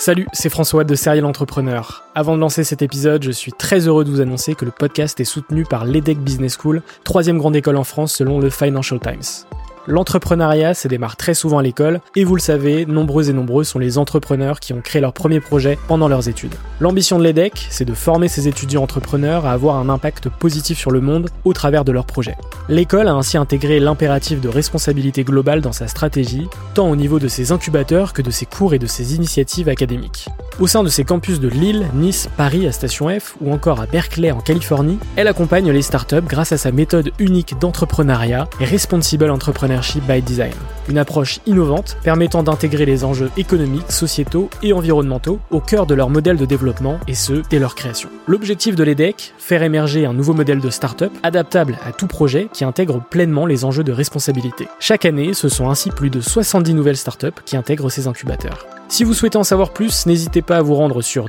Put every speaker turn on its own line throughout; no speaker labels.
Salut, c'est François de Serial Entrepreneur. Avant de lancer cet épisode, je suis très heureux de vous annoncer que le podcast est soutenu par l'EDEC Business School, 3e grande école en France selon le Financial Times. L'entrepreneuriat, ça démarre très souvent à l'école, et vous le savez, nombreux et nombreux sont les entrepreneurs qui ont créé leur premier projet pendant leurs études. L'ambition de l'EDEC, c'est de former ces étudiants entrepreneurs à avoir un impact positif sur le monde au travers de leurs projets. L'école a ainsi intégré l'impératif de responsabilité globale dans sa stratégie, tant au niveau de ses incubateurs que de ses cours et de ses initiatives académiques. Au sein de ses campus de Lille, Nice, Paris à Station F ou encore à Berkeley en Californie, elle accompagne les startups grâce à sa méthode unique d'entrepreneuriat et Responsible Entrepreneurship by Design. Une approche innovante permettant d'intégrer les enjeux économiques, sociétaux et environnementaux au cœur de leur modèle de développement et ce, dès leur création. L'objectif de l'EDEC, faire émerger un nouveau modèle de start-up adaptable à tout projet qui intègre pleinement les enjeux de responsabilité. Chaque année, ce sont ainsi plus de 70 nouvelles start-up qui intègrent ces incubateurs. Si vous souhaitez en savoir plus, n'hésitez pas à vous rendre sur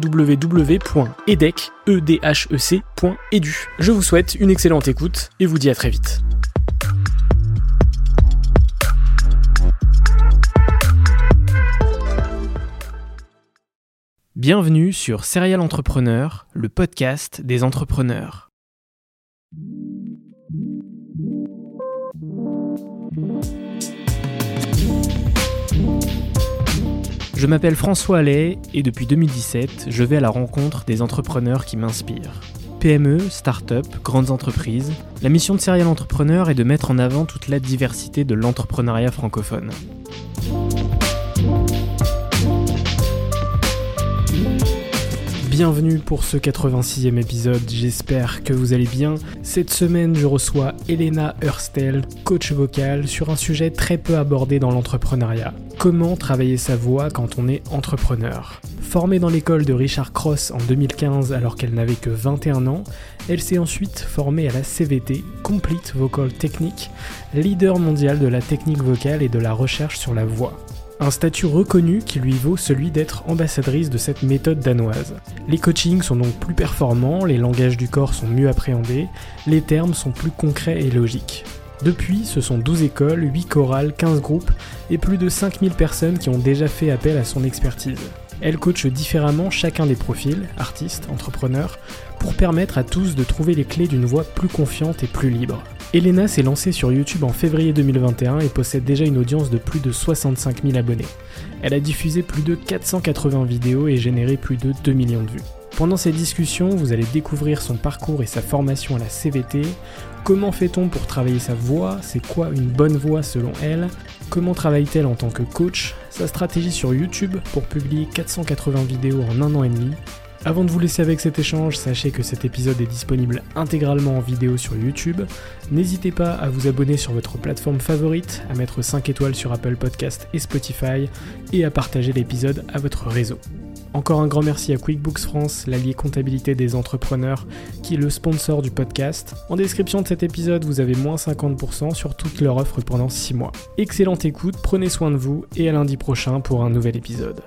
www.edec.edu. Je vous souhaite une excellente écoute et vous dis à très vite. Bienvenue sur Serial Entrepreneur, le podcast des entrepreneurs. Je m'appelle François Allais et depuis 2017, je vais à la rencontre des entrepreneurs qui m'inspirent. PME, start-up, grandes entreprises, la mission de Serial Entrepreneur est de mettre en avant toute la diversité de l'entrepreneuriat francophone. Bienvenue pour ce 86e épisode, j'espère que vous allez bien. Cette semaine, je reçois Elena Hurstel, coach vocal, sur un sujet très peu abordé dans l'entrepreneuriat. Comment travailler sa voix quand on est entrepreneur ? Formée dans l'école de Richard Cross en 2015 alors qu'elle n'avait que 21 ans, elle s'est ensuite formée à la CVT, Complete Vocal Technique, leader mondial de la technique vocale et de la recherche sur la voix. Un statut reconnu qui lui vaut celui d'être ambassadrice de cette méthode danoise. Les coachings sont donc plus performants, les langages du corps sont mieux appréhendés, les termes sont plus concrets et logiques. Depuis, ce sont 12 écoles, 8 chorales, 15 groupes et plus de 5000 personnes qui ont déjà fait appel à son expertise. Elle coach différemment chacun des profils, artistes, entrepreneurs, pour permettre à tous de trouver les clés d'une voix plus confiante et plus libre. Elena s'est lancée sur YouTube en février 2021 et possède déjà une audience de plus de 65 000 abonnés. Elle a diffusé plus de 480 vidéos et généré plus de 2 millions de vues. Pendant ces discussions, vous allez découvrir son parcours et sa formation à la CVT. Comment fait-on pour travailler sa voix ? C'est quoi une bonne voix selon elle ? Comment travaille-t-elle en tant que coach ? Sa stratégie sur YouTube pour publier 480 vidéos en 1 an et demi. Avant de vous laisser avec cet échange, sachez que cet épisode est disponible intégralement en vidéo sur YouTube. N'hésitez pas à vous abonner sur votre plateforme favorite, à mettre 5 étoiles sur Apple Podcast et Spotify et à partager l'épisode à votre réseau. Encore un grand merci à QuickBooks France, l'allié comptabilité des entrepreneurs, qui est le sponsor du podcast. En description de cet épisode, vous avez moins 50% sur toute leur offre pendant 6 mois. Excellente écoute, prenez soin de vous et à lundi prochain pour un nouvel épisode.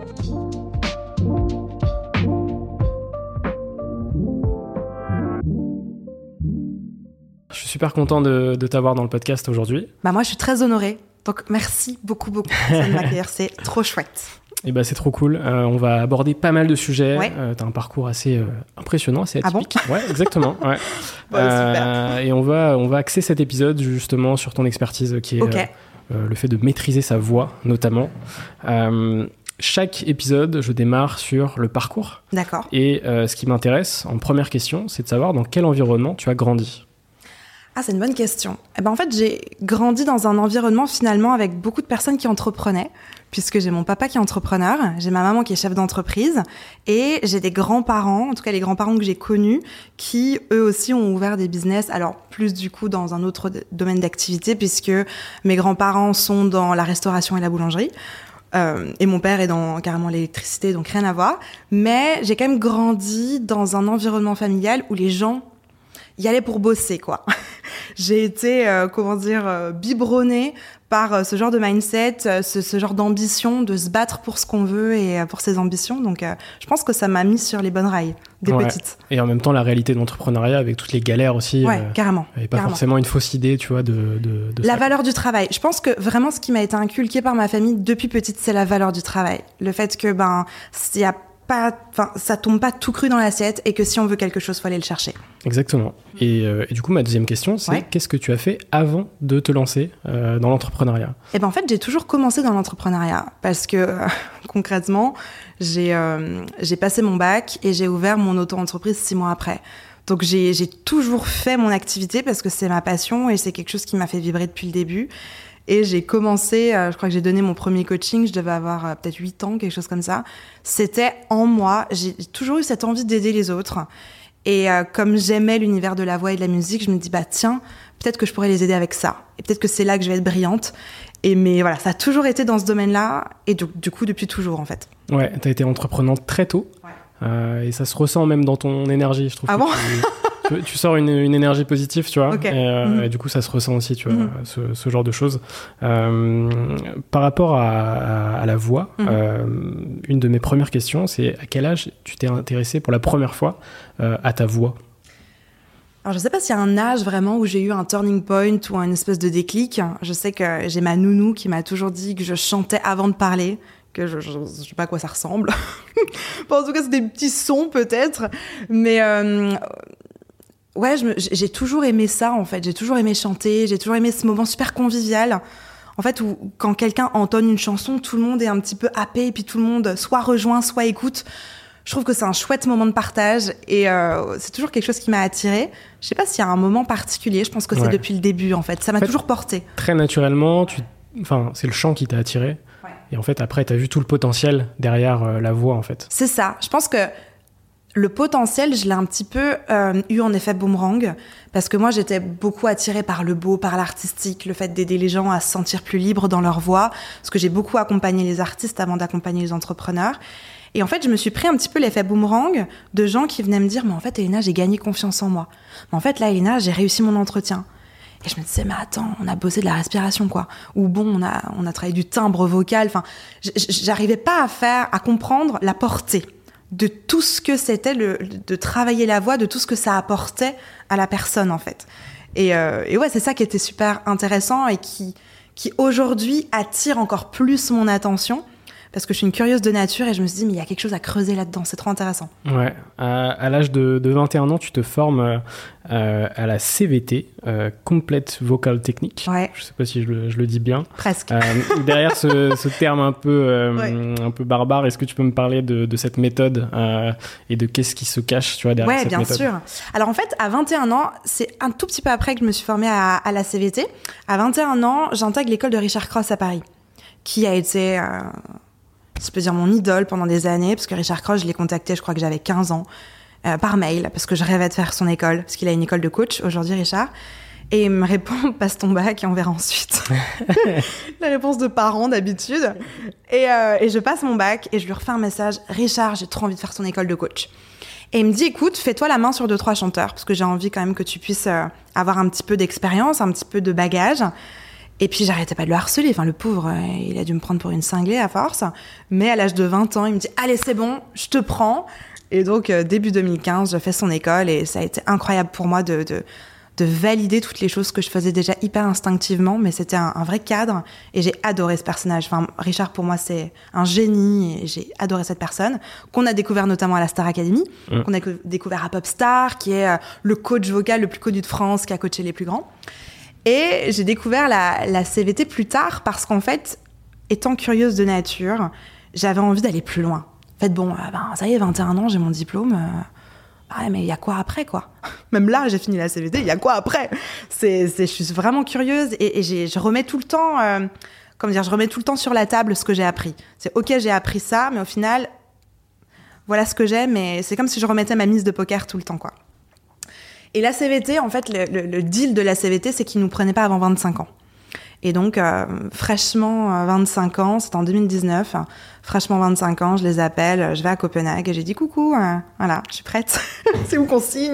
Je suis super content de t'avoir dans le podcast aujourd'hui.
Moi, je suis très honorée. Donc, merci beaucoup de m'accueillir. C'est trop chouette.
Et c'est trop cool. On va aborder pas mal de sujets.
Ouais.
T'as un parcours assez impressionnant, assez atypique.
Ah bon ?
Ouais, exactement. Ouais.
Super.
Et on va axer cet épisode justement sur ton expertise qui est le fait de maîtriser sa voix, notamment. Chaque épisode, je démarre sur le parcours.
D'accord.
Et ce qui m'intéresse en première question, c'est de savoir dans quel environnement tu as grandi.
Ah, c'est une bonne question. En fait, j'ai grandi dans un environnement finalement avec beaucoup de personnes qui entreprenaient, puisque j'ai mon papa qui est entrepreneur, j'ai ma maman qui est chef d'entreprise, et j'ai des grands-parents, en tout cas les grands-parents que j'ai connus, qui eux aussi ont ouvert des business, alors plus du coup dans un autre domaine d'activité, puisque mes grands-parents sont dans la restauration et la boulangerie. Et mon père est dans carrément l'électricité, donc rien à voir. Mais j'ai quand même grandi dans un environnement familial où les gens y allaient pour bosser, quoi. J'ai été, biberonnée par ce genre de mindset, ce genre d'ambition, de se battre pour ce qu'on veut et pour ses ambitions. Donc, je pense que ça m'a mis sur les bonnes rails, des petites.
Et en même temps, la réalité de l'entrepreneuriat avec toutes les galères aussi.
Ouais, carrément.
Et pas forcément une fausse idée, tu vois, de
la valeur du travail. Je pense que vraiment, ce qui m'a été inculqué par ma famille depuis petite, c'est la valeur du travail. Le fait que, ça tombe pas tout cru dans l'assiette et que si on veut quelque chose, faut aller le chercher.
Exactement. Et du coup, ma deuxième question, c'est qu'est-ce que tu as fait avant de te lancer dans l'entrepreneuriat ?
Eh ben, en fait, j'ai toujours commencé dans l'entrepreneuriat parce que concrètement, j'ai passé mon bac et j'ai ouvert mon auto-entreprise 6 mois après. Donc, j'ai toujours fait mon activité parce que c'est ma passion et c'est quelque chose qui m'a fait vibrer depuis le début. Et j'ai commencé, je crois que j'ai donné mon premier coaching, je devais avoir peut-être 8 ans, quelque chose comme ça. C'était en moi, j'ai toujours eu cette envie d'aider les autres. Et comme j'aimais l'univers de la voix et de la musique, je me dis, tiens, peut-être que je pourrais les aider avec ça. Et peut-être que c'est là que je vais être brillante. Mais voilà, ça a toujours été dans ce domaine-là. Et du coup, depuis toujours, en fait.
Ouais, t'as été entreprenante très tôt. Ouais. Et ça se ressent même dans ton énergie, je trouve.
Ah bon ?
Tu sors une énergie positive, tu vois,
okay.
Et du coup ça se ressent aussi, tu vois, ce genre de choses. Par rapport à la voix, une de mes premières questions, c'est à quel âge tu t'es intéressée pour la première fois à ta voix ?
Alors je sais pas s'il y a un âge vraiment où j'ai eu un turning point ou une espèce de déclic. Je sais que j'ai ma nounou qui m'a toujours dit que je chantais avant de parler, que je sais pas à quoi ça ressemble. En tout cas c'est des petits sons peut-être, mais... Ouais, j'ai toujours aimé ça, en fait. J'ai toujours aimé chanter, j'ai toujours aimé ce moment super convivial. En fait, où quand quelqu'un entonne une chanson, tout le monde est un petit peu happé, et puis tout le monde soit rejoint, soit écoute. Je trouve que c'est un chouette moment de partage, et c'est toujours quelque chose qui m'a attirée. Je sais pas s'il y a un moment particulier, je pense que c'est depuis le début, en fait. Ça m'a toujours porté.
Très naturellement, c'est le chant qui t'a attiré. Ouais. Et en fait, après, t'as vu tout le potentiel derrière la voix, en fait.
C'est ça. Je pense que le potentiel, je l'ai un petit peu eu en effet boomerang, parce que moi, j'étais beaucoup attirée par le beau, par l'artistique, le fait d'aider les gens à se sentir plus libres dans leur voix, parce que j'ai beaucoup accompagné les artistes avant d'accompagner les entrepreneurs. Et en fait, je me suis pris un petit peu l'effet boomerang de gens qui venaient me dire « Mais en fait, Elena, j'ai gagné confiance en moi. Mais en fait, là, Elena, j'ai réussi mon entretien. » Et je me disais « Mais attends, on a bossé de la respiration, quoi. » Ou bon, on a travaillé du timbre vocal. Enfin, j'arrivais pas à comprendre la portée de tout ce que c'était de travailler la voix, de tout ce que ça apportait à la personne, en fait. Et ouais, c'est ça qui était super intéressant et qui aujourd'hui attire encore plus mon attention, parce que je suis une curieuse de nature et je me suis dit, mais il y a quelque chose à creuser là-dedans, c'est trop intéressant.
Ouais, à l'âge de 21 ans, tu te formes à la CVT, Complete Vocal Technique.
Ouais.
Je sais pas si je le dis bien.
Presque.
Derrière ce terme un peu barbare, est-ce que tu peux me parler de cette méthode et de qu'est-ce qui se cache, tu vois, derrière cette méthode ?
Ouais, bien sûr. Alors en fait, à 21 ans, c'est un tout petit peu après que je me suis formée à la CVT. À 21 ans, j'intègre l'école de Richard Cross à Paris, qui a été... je peux dire mon idole pendant des années, parce que Richard Cross, je l'ai contacté, je crois que j'avais 15 ans, par mail, parce que je rêvais de faire son école, parce qu'il a une école de coach aujourd'hui, Richard. Et il me répond, passe ton bac et on verra ensuite. La réponse de parents d'habitude. Et je passe mon bac et je lui refais un message, Richard, j'ai trop envie de faire ton école de coach. Et il me dit, écoute, fais-toi la main sur 2-3 chanteurs, parce que j'ai envie quand même que tu puisses avoir un petit peu d'expérience, un petit peu de bagage. Et puis, j'arrêtais pas de le harceler. Enfin, le pauvre, il a dû me prendre pour une cinglée à force. Mais à l'âge de 20 ans, il me dit « Allez, c'est bon, je te prends ». Et donc, début 2015, je fais son école et ça a été incroyable pour moi de valider toutes les choses que je faisais déjà hyper instinctivement. Mais c'était un vrai cadre et j'ai adoré ce personnage. Enfin, Richard, pour moi, c'est un génie et j'ai adoré cette personne qu'on a découvert notamment à la Star Academy, qu'on a découvert à Popstar, qui est le coach vocal le plus connu de France, qui a coaché les plus grands. Et j'ai découvert la CVT plus tard parce qu'en fait, étant curieuse de nature, j'avais envie d'aller plus loin. En fait, bon, ça y est, 21 ans, j'ai mon diplôme. Ouais, mais il y a quoi après, quoi ? Même là, j'ai fini la CVT, il y a quoi après ? Je suis vraiment curieuse et je remets tout le temps, je remets tout le temps sur la table ce que j'ai appris. C'est ok, j'ai appris ça, mais au final, voilà ce que j'ai, mais c'est comme si je remettais ma mise de poker tout le temps, quoi. Et la CVT, en fait, le deal de la CVT, c'est qu'ils nous prenaient pas avant 25 ans. Et donc, fraîchement 25 ans, c'était en 2019, fraîchement 25 ans, je les appelle, je vais à Copenhague et j'ai dit coucou, voilà, je suis prête, c'est où qu'on signe ?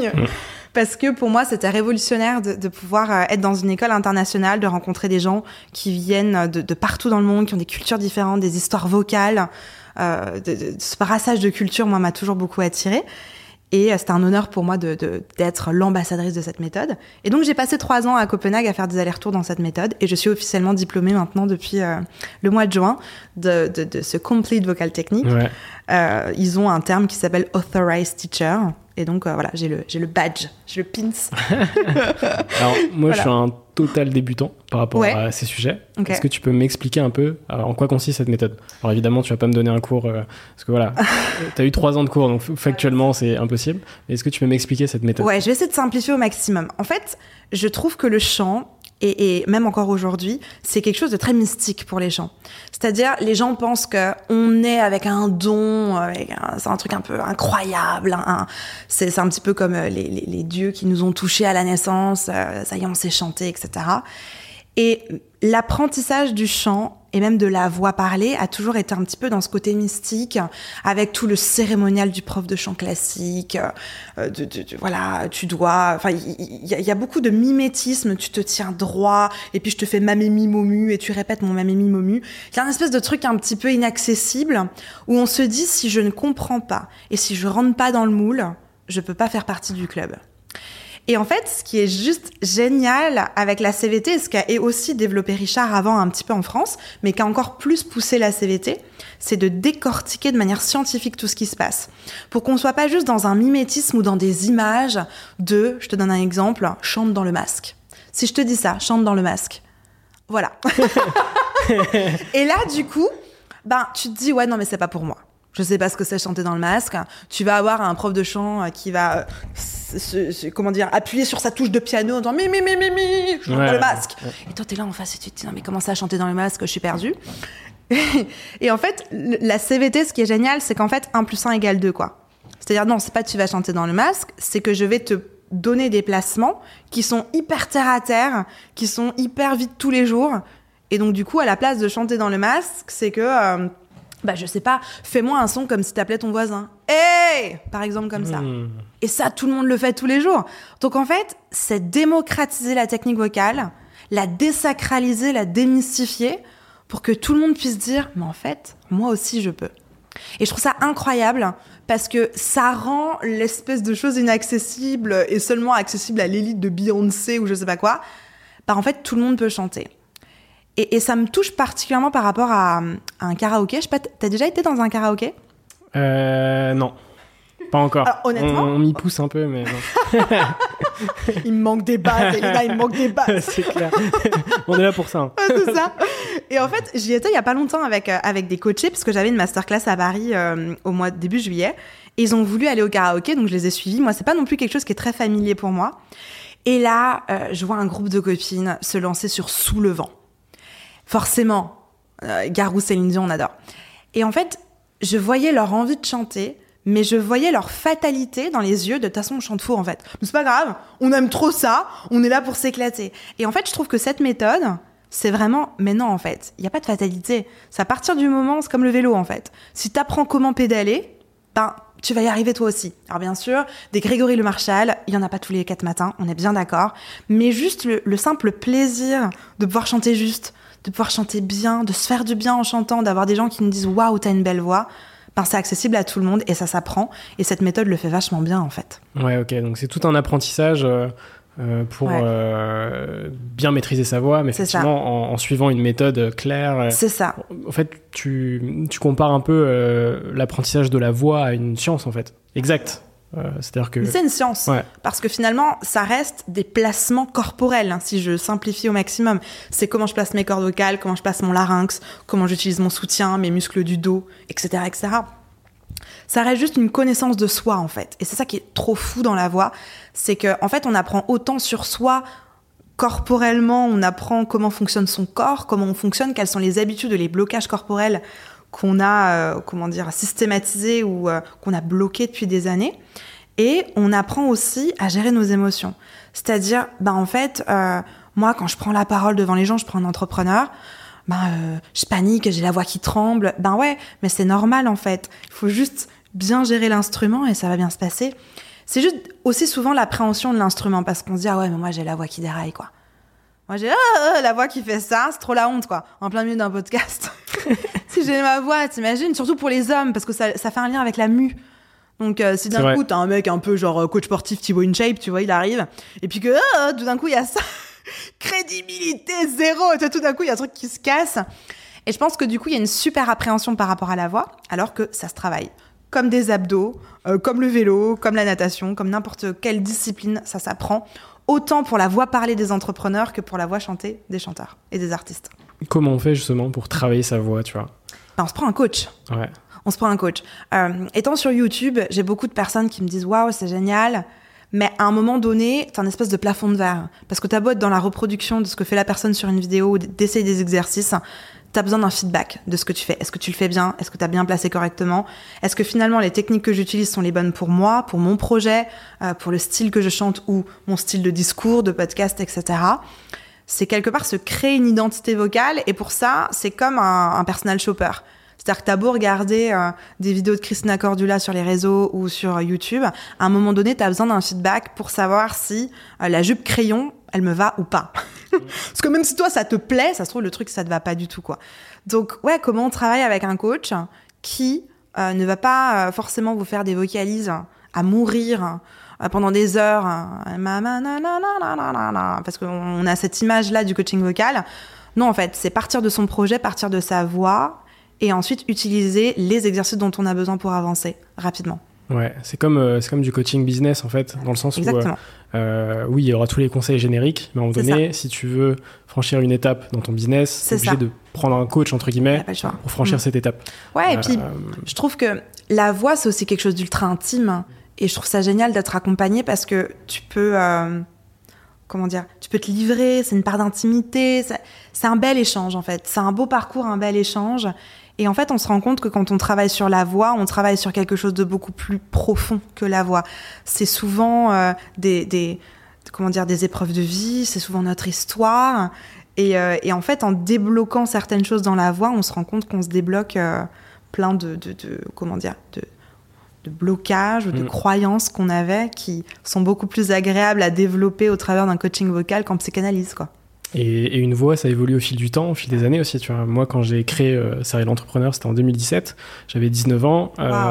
parce que pour moi, c'était révolutionnaire de pouvoir être dans une école internationale, de rencontrer des gens qui viennent de partout dans le monde, qui ont des cultures différentes, des histoires vocales. Ce brassage de culture, moi, m'a toujours beaucoup attirée. Et c'était un honneur pour moi d'être l'ambassadrice de cette méthode. Et donc, j'ai passé 3 ans à Copenhague à faire des allers-retours dans cette méthode. Et je suis officiellement diplômée maintenant depuis le mois de juin de ce Complete Vocal Technique.
Ouais.
Ils ont un terme qui s'appelle Authorized Teacher. Et donc, voilà, j'ai le badge, j'ai le pins.
Alors, moi, je suis un total débutant par rapport à ces sujets.
Okay.
Est-ce que tu peux m'expliquer un peu en quoi consiste cette méthode ? Alors, évidemment, tu vas pas me donner un cours, parce que voilà, tu as eu 3 ans de cours, donc factuellement, c'est impossible. Mais est-ce que tu peux m'expliquer cette méthode ?
Ouais, je vais essayer de simplifier au maximum. En fait, je trouve que le chant, et même encore aujourd'hui, c'est quelque chose de très mystique pour les gens. C'est-à-dire, les gens pensent qu'on est avec un don, c'est un truc un peu incroyable. C'est un petit peu comme les dieux qui nous ont touchés à la naissance, ça y est, on sait chanter, etc. Et l'apprentissage du chant, et même de la voix parlée, a toujours été un petit peu dans ce côté mystique, avec tout le cérémonial du prof de chant classique, voilà, tu dois... Enfin, il y a beaucoup de mimétisme, tu te tiens droit, et puis je te fais mamémi momu, et tu répètes mon mamémi momu. Il y a une espèce de truc un petit peu inaccessible, où on se dit, si je ne comprends pas, et si je rentre pas dans le moule, je peux pas faire partie du club. Et en fait, ce qui est juste génial avec la CVT, ce qu'a aussi développé Richard avant un petit peu en France, mais qui a encore plus poussé la CVT, c'est de décortiquer de manière scientifique tout ce qui se passe. Pour qu'on soit pas juste dans un mimétisme ou dans des images je te donne un exemple, chante dans le masque. Si je te dis ça, chante dans le masque. Voilà. Et là, du coup, tu te dis, ouais, non, mais c'est pas pour moi. Je sais pas ce que c'est chanter dans le masque. Tu vas avoir un prof de chant qui va, appuyer sur sa touche de piano en disant mi, chante dans le masque. Ouais. Et toi, t'es là en face et tu te dis, non, mais comment ça, chanter dans le masque? Je suis perdue. Et en fait, la CVT, ce qui est génial, c'est qu'en fait, 1 + 1 = 2, quoi. C'est-à-dire, non, c'est pas tu vas chanter dans le masque, c'est que je vais te donner des placements qui sont hyper terre à terre, qui sont hyper vite tous les jours. Et donc, du coup, à la place de chanter dans le masque, c'est que... je sais pas, fais-moi un son comme si t'appelais ton voisin. Hey! Par exemple, comme ça. Et ça, tout le monde le fait tous les jours. Donc, en fait, c'est démocratiser la technique vocale, la désacraliser, la démystifier, pour que tout le monde puisse dire, mais en fait, moi aussi, je peux. Et je trouve ça incroyable, parce que ça rend l'espèce de chose inaccessible et seulement accessible à l'élite de Beyoncé ou je sais pas quoi. En fait, tout le monde peut chanter. Et ça me touche particulièrement par rapport à un karaoké. Je sais pas, t'as déjà été dans un karaoké ?
Non. Pas encore.
Alors, honnêtement...
On m'y pousse un peu, mais non.
Il me manque des basses, Elena, il me manque des basses.
C'est clair. On est là pour ça. Hein.
C'est ça. Et en fait, j'y étais il y a pas longtemps avec des coachés, parce que j'avais une masterclass à Paris début juillet. Et ils ont voulu aller au karaoké, donc je les ai suivis. Moi, c'est pas non plus quelque chose qui est très familier pour moi. Et là, je vois un groupe de copines se lancer sur Sous le vent. Forcément, Garou, Céline Dion, on adore. Et en fait, je voyais leur envie de chanter, mais je voyais leur fatalité dans les yeux. De toute façon, on chante faux, en fait. Mais c'est pas grave, on aime trop ça, on est là pour s'éclater. Et en fait, je trouve que cette méthode, c'est vraiment... Mais non, en fait, il n'y a pas de fatalité. C'est à partir du moment, c'est comme le vélo, en fait. Si t'apprends comment pédaler, tu vas y arriver toi aussi. Alors bien sûr, des Grégory Le Marchal, il n'y en a pas tous les 4 matins, on est bien d'accord. Mais juste le simple plaisir de pouvoir chanter juste, de pouvoir chanter bien, de se faire du bien en chantant, d'avoir des gens qui nous disent « Waouh, t'as une belle voix », c'est accessible à tout le monde et ça s'apprend. Et cette méthode le fait vachement bien, en fait. Ouais,
ok. Donc c'est tout un apprentissage pour bien maîtriser sa voix, mais effectivement en suivant une méthode claire.
C'est ça.
En fait, tu compares un peu l'apprentissage de la voix à une science, en fait. Exact. C'est-à-dire que...
C'est une science, parce que finalement, ça reste des placements corporels, si je simplifie au maximum. C'est comment je place mes cordes vocales, comment je place mon larynx, comment j'utilise mon soutien, mes muscles du dos, etc., etc. Ça reste juste une connaissance de soi, en fait. Et c'est ça qui est trop fou dans la voix, c'est qu'en fait, on apprend autant sur soi corporellement, on apprend comment fonctionne son corps, comment on fonctionne, quelles sont les habitudes et les blocages corporels qu'on a, systématisés ou qu'on a bloqués depuis des années. Et on apprend aussi à gérer nos émotions. C'est-à-dire, en fait, moi, quand je prends la parole devant les gens, je prends un entrepreneur, je panique, j'ai la voix qui tremble. Ouais, mais c'est normal, en fait. Il faut juste bien gérer l'instrument et ça va bien se passer. C'est juste aussi souvent l'appréhension de l'instrument, parce qu'on se dit, ah ouais, mais moi j'ai la voix qui déraille, quoi. Moi j'ai la voix qui fait ça, c'est trop la honte, quoi. En plein milieu d'un podcast. Si j'ai ma voix, t'imagines, surtout pour les hommes, parce que ça fait un lien avec la mue. Donc si d'un coup t'as un mec un peu genre coach sportif Thibaut InShape, tu vois, il arrive, et puis que tout d'un coup il y a ça, crédibilité zéro, et tout d'un coup il y a un truc qui se casse. Et je pense que du coup il y a une super appréhension par rapport à la voix, alors que ça se travaille. Comme des abdos, comme le vélo, comme la natation, comme n'importe quelle discipline, ça s'apprend. Autant pour la voix parlée des entrepreneurs que pour la voix chantée des chanteurs et des artistes.
Comment on fait justement pour travailler sa voix, tu vois ?
On se prend un coach.
Ouais.
On se prend un coach. Étant sur YouTube, j'ai beaucoup de personnes qui me disent « Waouh, c'est génial !» Mais à un moment donné, t'as un espèce de plafond de verre. Parce que t'as beau être dans la reproduction de ce que fait la personne sur une vidéo ou d'essayer des exercices, t'as besoin d'un feedback de ce que tu fais. Est-ce que tu le fais bien ? Est-ce que t'as bien placé correctement ? Est-ce que finalement les techniques que j'utilise sont les bonnes pour moi, pour mon projet, pour le style que je chante ou mon style de discours, de podcast, etc. C'est quelque part se créer une identité vocale, et pour ça, c'est comme un personal shopper. C'est-à-dire que t'as beau regarder des vidéos de Christina Cordula sur les réseaux ou sur YouTube, à un moment donné, t'as besoin d'un feedback pour savoir si la jupe crayon, elle me va ou pas. Parce que même si toi, ça te plaît, ça se trouve, le truc, ça te va pas du tout, quoi. Donc, ouais, comment on travaille avec un coach qui ne va pas forcément vous faire des vocalises à mourir pendant des heures, parce qu'on a cette image-là du coaching vocal. Non, en fait, c'est partir de son projet, partir de sa voix, et ensuite utiliser les exercices dont on a besoin pour avancer rapidement.
Ouais, c'est comme du coaching business en fait, dans le sens
Exactement.
où oui, il y aura tous les conseils génériques, mais à un moment donné,
ça.
si tu veux franchir une étape dans ton business, t'es obligé de prendre un coach entre guillemets pour franchir cette étape.
Ouais, et puis je trouve que la voix, c'est aussi quelque chose d'ultra intime, et je trouve ça génial d'être accompagné parce que tu peux tu peux te livrer, c'est une part d'intimité, c'est un bel échange en fait, c'est un beau parcours, un bel échange. Et en fait, on se rend compte que quand on travaille sur la voix, on travaille sur quelque chose de beaucoup plus profond que la voix. C'est souvent des épreuves de vie, c'est souvent notre histoire. Et en fait, en débloquant certaines choses dans la voix, on se rend compte qu'on se débloque plein de blocages ou de croyances qu'on avait qui sont beaucoup plus agréables à développer au travers d'un coaching vocal qu'en psychanalyse, quoi.
Et une voix, ça évolue au fil du temps, au fil des années aussi. Tu vois. Moi, quand j'ai créé Serial Entrepreneur, c'était en 2017. J'avais 19 ans.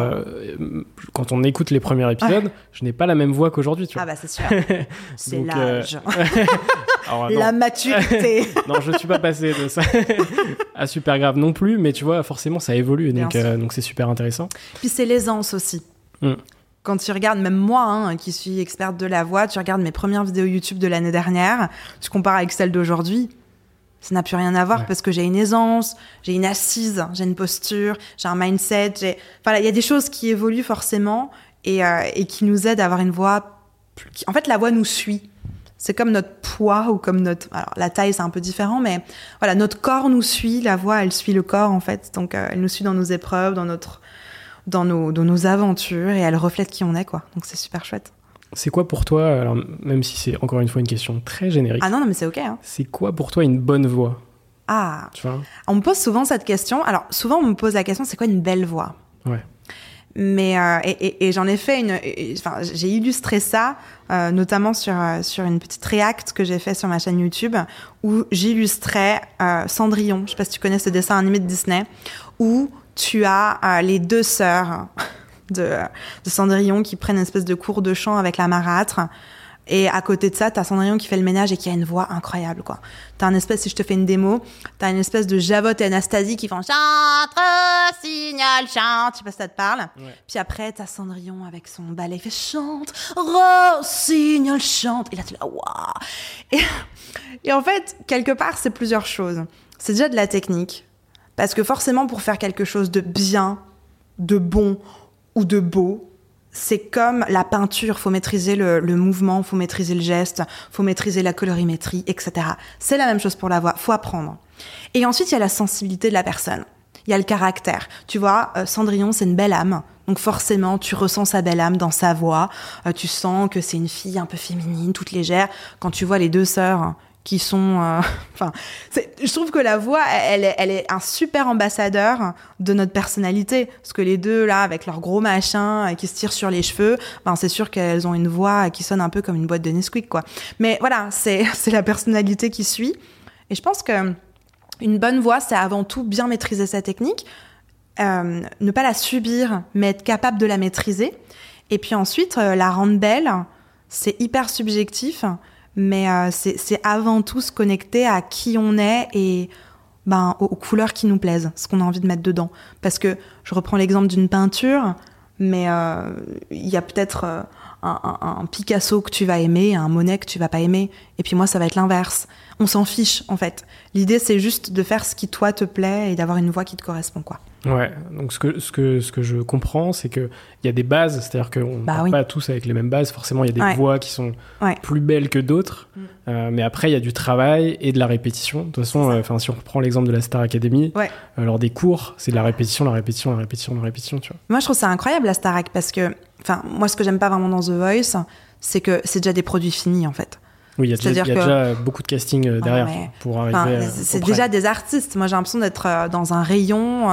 Quand on écoute les premiers épisodes, je n'ai pas la même voix qu'aujourd'hui. Tu vois.
Ah bah c'est sûr. C'est donc, l'âge. Alors, la maturité.
Non, je ne suis pas passé de ça à super grave non plus. Mais tu vois, forcément, ça évolue. Donc c'est super intéressant.
Puis c'est l'aisance aussi. Quand tu regardes, même moi, qui suis experte de la voix, tu regardes mes premières vidéos YouTube de l'année dernière, tu compares avec celles d'aujourd'hui, ça n'a plus rien à voir parce que j'ai une aisance, j'ai une assise, j'ai une posture, j'ai un mindset, il y a des choses qui évoluent forcément et qui nous aident à avoir une voix... En fait, la voix nous suit. C'est comme notre poids ou comme notre... Alors, la taille, c'est un peu différent, mais voilà, notre corps nous suit, la voix, elle suit le corps, en fait. Donc, elle nous suit dans nos épreuves, dans nos aventures, et elle reflète qui on est, quoi. Donc c'est super chouette.
C'est quoi pour toi, alors même si c'est encore une fois une question très générique.
Ah non, mais c'est ok.
C'est quoi pour toi une bonne voix ?
Ah,
tu vois ?
On me pose souvent cette question. Alors souvent on me pose la question, c'est quoi une belle voix ?
Ouais.
Mais et j'en ai fait j'ai illustré ça notamment sur une petite react que j'ai fait sur ma chaîne YouTube où j'illustrais Cendrillon. Je sais pas si tu connais ce dessin animé de Disney où tu as les deux sœurs de Cendrillon qui prennent une espèce de cours de chant avec la marâtre. Et à côté de ça, t'as Cendrillon qui fait le ménage et qui a une voix incroyable, quoi. T'as une espèce, si je te fais une démo, t'as une espèce de Javotte et Anastasie qui font chantre, signal, chante. Je sais pas si ça te parle. Ouais. Puis après, t'as Cendrillon avec son balai, il fait chante, signal, chante. Et là, tu es là, waouh. Et en fait, quelque part, c'est plusieurs choses. C'est déjà de la technique. Parce que forcément, pour faire quelque chose de bien, de bon ou de beau, c'est comme la peinture, faut maîtriser le mouvement, faut maîtriser le geste, faut maîtriser la colorimétrie, etc. C'est la même chose pour la voix, faut apprendre. Et ensuite, il y a la sensibilité de la personne. Il y a le caractère. Tu vois, Cendrillon, c'est une belle âme. Donc forcément, tu ressens sa belle âme dans sa voix. Tu sens que c'est une fille un peu féminine, toute légère. Quand tu vois les deux sœurs qui sont... je trouve que la voix, elle est un super ambassadeur de notre personnalité. Parce que les deux, là, avec leur gros machin qui se tirent sur les cheveux, c'est sûr qu'elles ont une voix qui sonne un peu comme une boîte de Nesquik, quoi. Mais voilà, c'est la personnalité qui suit. Et je pense que une bonne voix, c'est avant tout bien maîtriser sa technique, ne pas la subir, mais être capable de la maîtriser. Et puis ensuite, la rendre belle, c'est hyper subjectif, mais c'est avant tout se connecter à qui on est et aux couleurs qui nous plaisent, ce qu'on a envie de mettre dedans. Parce que je reprends l'exemple d'une peinture, mais il y a peut-être un Picasso que tu vas aimer, un Monet que tu vas pas aimer. Et puis moi, ça va être l'inverse. On s'en fiche, en fait. L'idée, c'est juste de faire ce qui, toi, te plaît et d'avoir une voix qui te correspond, quoi.
Ouais, donc ce que je comprends, c'est qu'il y a des bases, c'est-à-dire qu'on ne part pas tous avec les mêmes bases. Forcément, il y a des voix qui sont plus belles que d'autres. Mais après, il y a du travail et de la répétition. De toute façon, si on reprend l'exemple de la Star Academy, lors des cours, c'est de la répétition, tu vois.
Moi, je trouve ça incroyable, la Starac, parce que... moi, ce que j'aime pas vraiment dans The Voice, c'est que c'est déjà des produits finis, en fait.
Oui, il y a déjà beaucoup de casting derrière pour arriver
c'est déjà des artistes. Moi, j'ai l'impression d'être dans un rayon...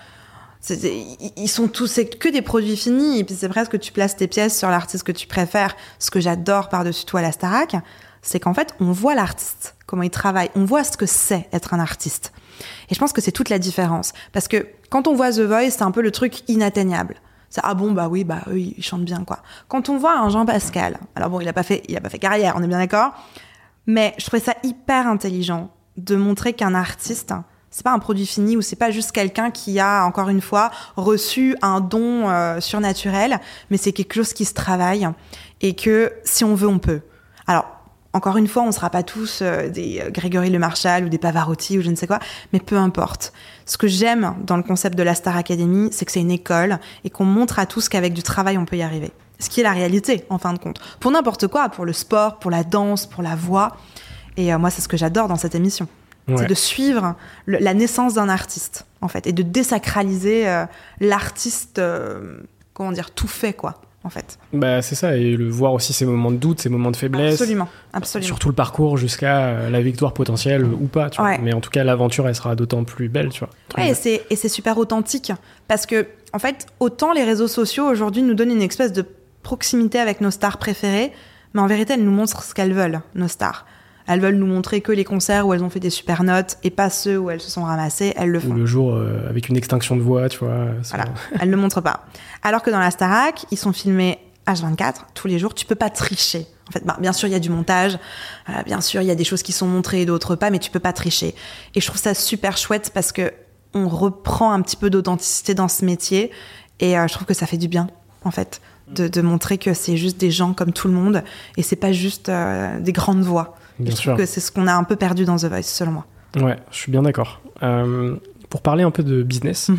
ils sont tous... C'est que des produits finis. Et puis, c'est presque que tu places tes pièces sur l'artiste que tu préfères. Ce que j'adore par-dessus tout à la Starac, c'est qu'en fait, on voit l'artiste, comment il travaille. On voit ce que c'est être un artiste. Et je pense que c'est toute la différence. Parce que quand on voit The Voice, c'est un peu le truc inatteignable. C'est, eux, ils chantent bien, quoi. Quand on voit un Jean Pascal, alors bon, il a pas fait carrière, on est bien d'accord, mais je trouvais ça hyper intelligent de montrer qu'un artiste, c'est pas un produit fini ou c'est pas juste quelqu'un qui a, encore une fois, reçu un don surnaturel, mais c'est quelque chose qui se travaille et que si on veut, on peut. Alors, encore une fois, on ne sera pas tous des Grégory Le Marchal ou des Pavarotti ou je ne sais quoi, mais peu importe. Ce que j'aime dans le concept de la Star Academy, c'est que c'est une école et qu'on montre à tous qu'avec du travail, on peut y arriver. Ce qui est la réalité, en fin de compte. Pour n'importe quoi, pour le sport, pour la danse, pour la voix. Et moi, c'est ce que j'adore dans cette émission. Ouais. C'est de suivre la naissance d'un artiste, en fait, et de désacraliser l'artiste, tout fait, quoi. En fait.
C'est ça, et le voir aussi ces moments de doute, ces moments de faiblesse.
Absolument.
Surtout le parcours jusqu'à la victoire potentielle ou pas, tu vois. Mais en tout cas, l'aventure, elle sera d'autant plus belle, tu vois.
Ouais, et c'est super authentique. Parce que, en fait, autant les réseaux sociaux aujourd'hui nous donnent une espèce de proximité avec nos stars préférées, mais en vérité, elles nous montrent ce qu'elles veulent, nos stars. Elles veulent nous montrer que les concerts où elles ont fait des super notes et pas ceux où elles se sont ramassées, elles le font.
Ou le jour avec une extinction de voix, tu vois.
Voilà, elles ne le montrent pas. Alors que dans la Starac, ils sont filmés H24, tous les jours, tu peux pas tricher. En fait, bien sûr, il y a du montage, bien sûr, il y a des choses qui sont montrées et d'autres pas, mais tu peux pas tricher. Et je trouve ça super chouette parce que on reprend un petit peu d'authenticité dans ce métier et je trouve que ça fait du bien, en fait, de montrer que c'est juste des gens comme tout le monde et c'est pas juste des grandes voix.
Bien
je
sûr.
trouve que c'est ce qu'on a un peu perdu dans The Voice, selon moi.
Ouais, je suis bien d'accord. Pour parler un peu de business,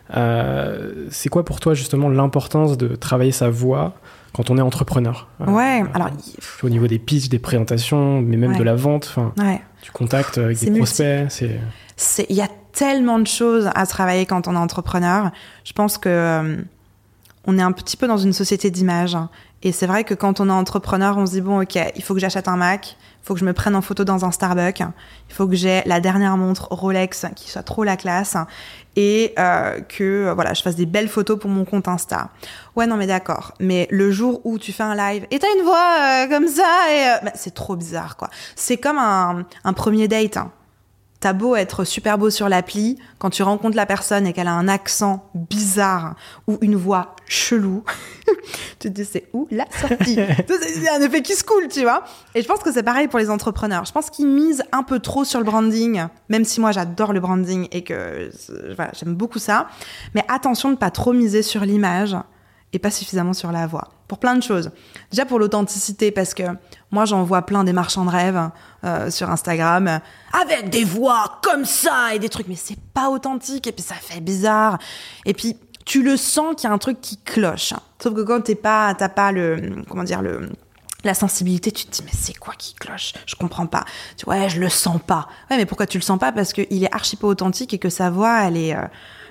c'est quoi pour toi justement l'importance de travailler sa voix quand on est entrepreneur ?
Alors
au niveau des pitchs, des présentations, mais même de la vente, du contact avec des prospects.
Il y a tellement de choses à travailler quand on est entrepreneur. Je pense que on est un petit peu dans une société d'image. Et c'est vrai que quand on est entrepreneur, on se dit, bon, ok, il faut que j'achète un Mac, il faut que je me prenne en photo dans un Starbucks, il faut que j'ai la dernière montre Rolex qui soit trop la classe et que je fasse des belles photos pour mon compte Insta. Ouais, non, mais d'accord. Mais le jour où tu fais un live et t'as une voix comme ça, c'est trop bizarre, quoi. C'est comme un premier date, hein. T'as beau être super beau sur l'appli, quand tu rencontres la personne et qu'elle a un accent bizarre ou une voix chelou, tu te dis c'est où la sortie ? C'est un effet qui se coule, tu vois. Et je pense que c'est pareil pour les entrepreneurs. Je pense qu'ils misent un peu trop sur le branding, même si moi j'adore le branding et que j'aime beaucoup ça. Mais attention de ne pas trop miser sur l'image et pas suffisamment sur la voix. Pour plein de choses. Déjà pour l'authenticité, parce que moi j'en vois plein des marchands de rêve sur Instagram, avec des voix comme ça et des trucs, mais c'est pas authentique et puis ça fait bizarre. Et puis tu le sens qu'il y a un truc qui cloche. Sauf que quand t'as pas la sensibilité, tu te dis mais c'est quoi qui cloche ? Je comprends pas. Je le sens pas. Ouais, mais pourquoi tu le sens pas ? Parce qu'il est archi pas authentique et que sa voix elle est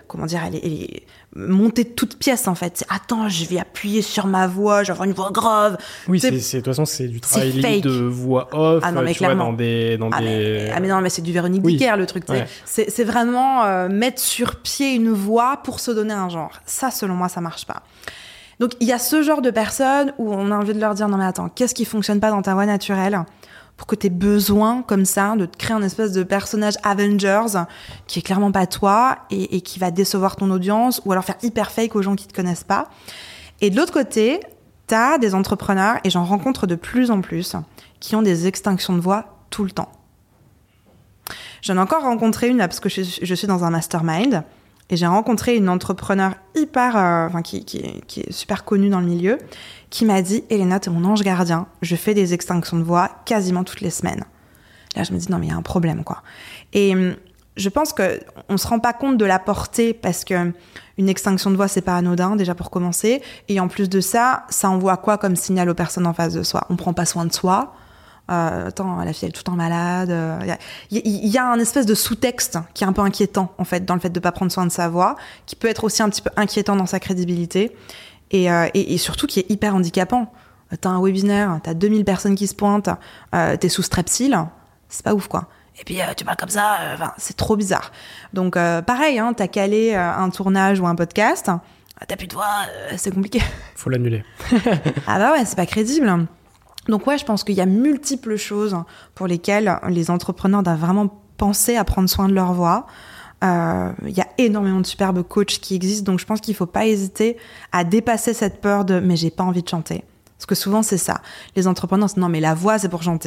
elle est montée de toutes pièces en fait. C'est, attends, je vais appuyer sur ma voix, je vais avoir une voix grave.
Oui, de toute façon, c'est du travail limite de voix off,
ah non, mais
tu vois,
clairement. Mais non, mais c'est du Véronique Dicker, le truc. Ouais. C'est vraiment mettre sur pied une voix pour se donner un genre. Ça, selon moi, ça marche pas. Donc, il y a ce genre de personnes où on a envie de leur dire, non mais attends, qu'est-ce qui fonctionne pas dans ta voix naturelle pour que t'aies besoin, comme ça, de te créer un espèce de personnage Avengers qui est clairement pas toi et qui va décevoir ton audience ou alors faire hyper fake aux gens qui te connaissent pas. Et de l'autre côté, t'as des entrepreneurs, et j'en rencontre de plus en plus, qui ont des extinctions de voix tout le temps. J'en ai encore rencontré une là, parce que je suis dans un mastermind. Et j'ai rencontré une entrepreneur qui est super connue dans le milieu, qui m'a dit « Elena, t'es mon ange gardien, je fais des extinctions de voix quasiment toutes les semaines. » Là, je me dis « Non, mais il y a un problème, quoi. » Et je pense qu'on se rend pas compte de la portée, parce que une extinction de voix, c'est pas anodin, déjà pour commencer. Et en plus de ça, ça envoie quoi comme signal aux personnes en face de soi ? On prend pas soin de soi. Attends, la fille elle est tout le temps malade. Il y a un espèce de sous-texte qui est un peu inquiétant en fait dans le fait de pas prendre soin de sa voix, qui peut être aussi un petit peu inquiétant dans sa crédibilité et surtout qui est hyper handicapant. T'as un webinaire, t'as 2000 personnes qui se pointent, t'es sous Strepsil, c'est pas ouf quoi. Et puis tu parles comme ça, c'est trop bizarre. Donc pareil, t'as calé un tournage ou un podcast, t'as plus de voix, c'est compliqué.
Faut l'annuler.
Ah bah ouais, c'est pas crédible. Donc ouais, je pense qu'il y a multiples choses pour lesquelles les entrepreneurs doivent vraiment penser à prendre soin de leur voix. Il y a énormément de superbes coachs qui existent, donc je pense qu'il faut pas hésiter à dépasser cette peur de « mais j'ai pas envie de chanter ». Parce que souvent c'est ça. Les entrepreneurs disent « non mais la voix c'est pour chanter ».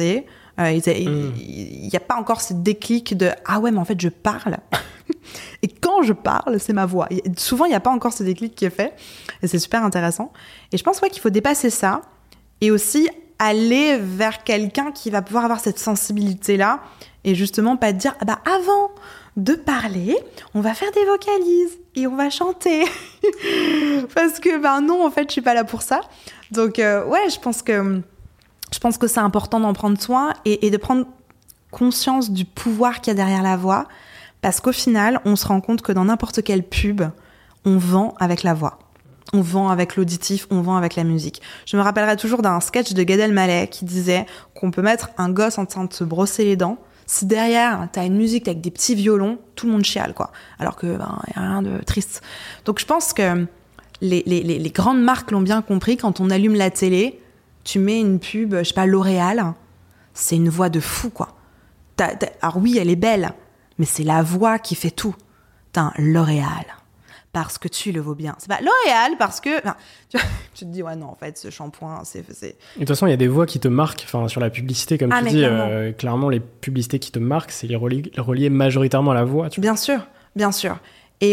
Il n'y a pas encore ce déclic de « ah ouais mais en fait je parle ». Et quand je parle, c'est ma voix. Souvent il n'y a pas encore ce déclic qui est fait et c'est super intéressant. Et je pense qu'il faut dépasser ça et aussi aller vers quelqu'un qui va pouvoir avoir cette sensibilité-là et justement pas te dire « ah bah avant de parler, on va faire des vocalises et on va chanter. » Parce que non, en fait, je suis pas là pour ça. Donc ouais, je pense que c'est important d'en prendre soin et de prendre conscience du pouvoir qu'il y a derrière la voix, parce qu'au final, on se rend compte que dans n'importe quelle pub, on vend avec la voix. On vend avec l'auditif, on vend avec la musique. Je me rappellerai toujours d'un sketch de Gad Elmaleh qui disait qu'on peut mettre un gosse en train de se brosser les dents. Si derrière, t'as une musique avec des petits violons, tout le monde chiale, quoi. Alors que, y a rien de triste. Donc je pense que les grandes marques l'ont bien compris. Quand on allume la télé, tu mets une pub, je sais pas, L'Oréal, c'est une voix de fou, quoi. Alors oui, elle est belle, mais c'est la voix qui fait tout. T'as un L'Oréal. Parce que tu le vaux bien. C'est pas L'Oréal parce que... tu te dis, ouais, non, en fait, ce shampoing, c'est...
Et de toute façon, il y a des voix qui te marquent. Enfin, sur la publicité, comme tu dis, clairement, les publicités qui te marquent, c'est les relier majoritairement à la voix.
Bien sûr, bien sûr. Et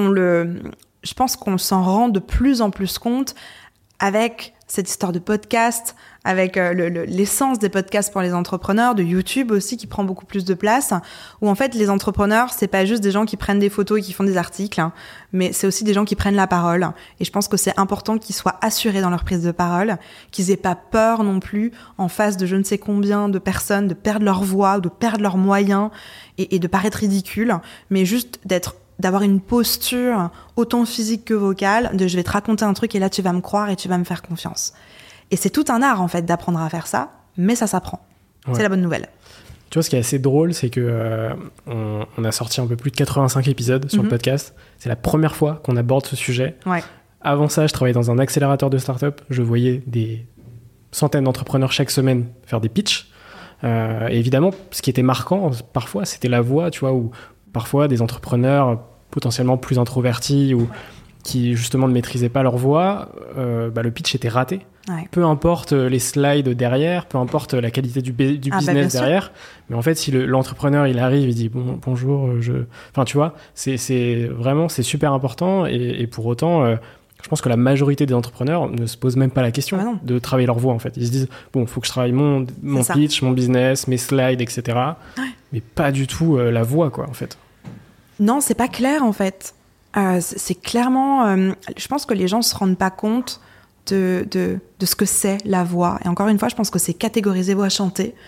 je pense qu'on s'en rend de plus en plus compte avec cette histoire de podcast, avec l'essence des podcasts pour les entrepreneurs, de YouTube aussi qui prend beaucoup plus de place, où en fait les entrepreneurs, c'est pas juste des gens qui prennent des photos et qui font des articles, mais c'est aussi des gens qui prennent la parole. Et je pense que c'est important qu'ils soient assurés dans leur prise de parole, qu'ils aient pas peur non plus en face de je ne sais combien de personnes de perdre leur voix ou de perdre leurs moyens et de paraître ridicule, mais juste d'avoir une posture autant physique que vocale, de je vais te raconter un truc et là tu vas me croire et tu vas me faire confiance. Et c'est tout un art en fait d'apprendre à faire ça, mais ça s'apprend. Ouais. C'est la bonne nouvelle.
Tu vois, ce qui est assez drôle, c'est que on a sorti un peu plus de 85 épisodes sur le podcast. C'est la première fois qu'on aborde ce sujet.
Ouais.
Avant ça, je travaillais dans un accélérateur de start-up. Je voyais des centaines d'entrepreneurs chaque semaine faire des pitchs. Et évidemment, ce qui était marquant, parfois, c'était la voix, tu vois, ou parfois des entrepreneurs potentiellement plus introvertis ou qui justement ne maîtrisaient pas leur voix, le pitch était raté. Ouais. Peu importe les slides derrière, peu importe la qualité du business derrière, mais en fait si l'entrepreneur il arrive, il dit bonjour, enfin tu vois, c'est super important et pour autant je pense que la majorité des entrepreneurs ne se posent même pas la question de travailler leur voix en fait. Ils se disent faut que je travaille mon pitch, mon business, mes slides, etc. Ouais. Mais pas du tout la voix quoi en fait.
Non, c'est pas clair en fait. C'est clairement... je pense que les gens se rendent pas compte de ce que c'est la voix. Et encore une fois, je pense que c'est catégoriser voix chantée.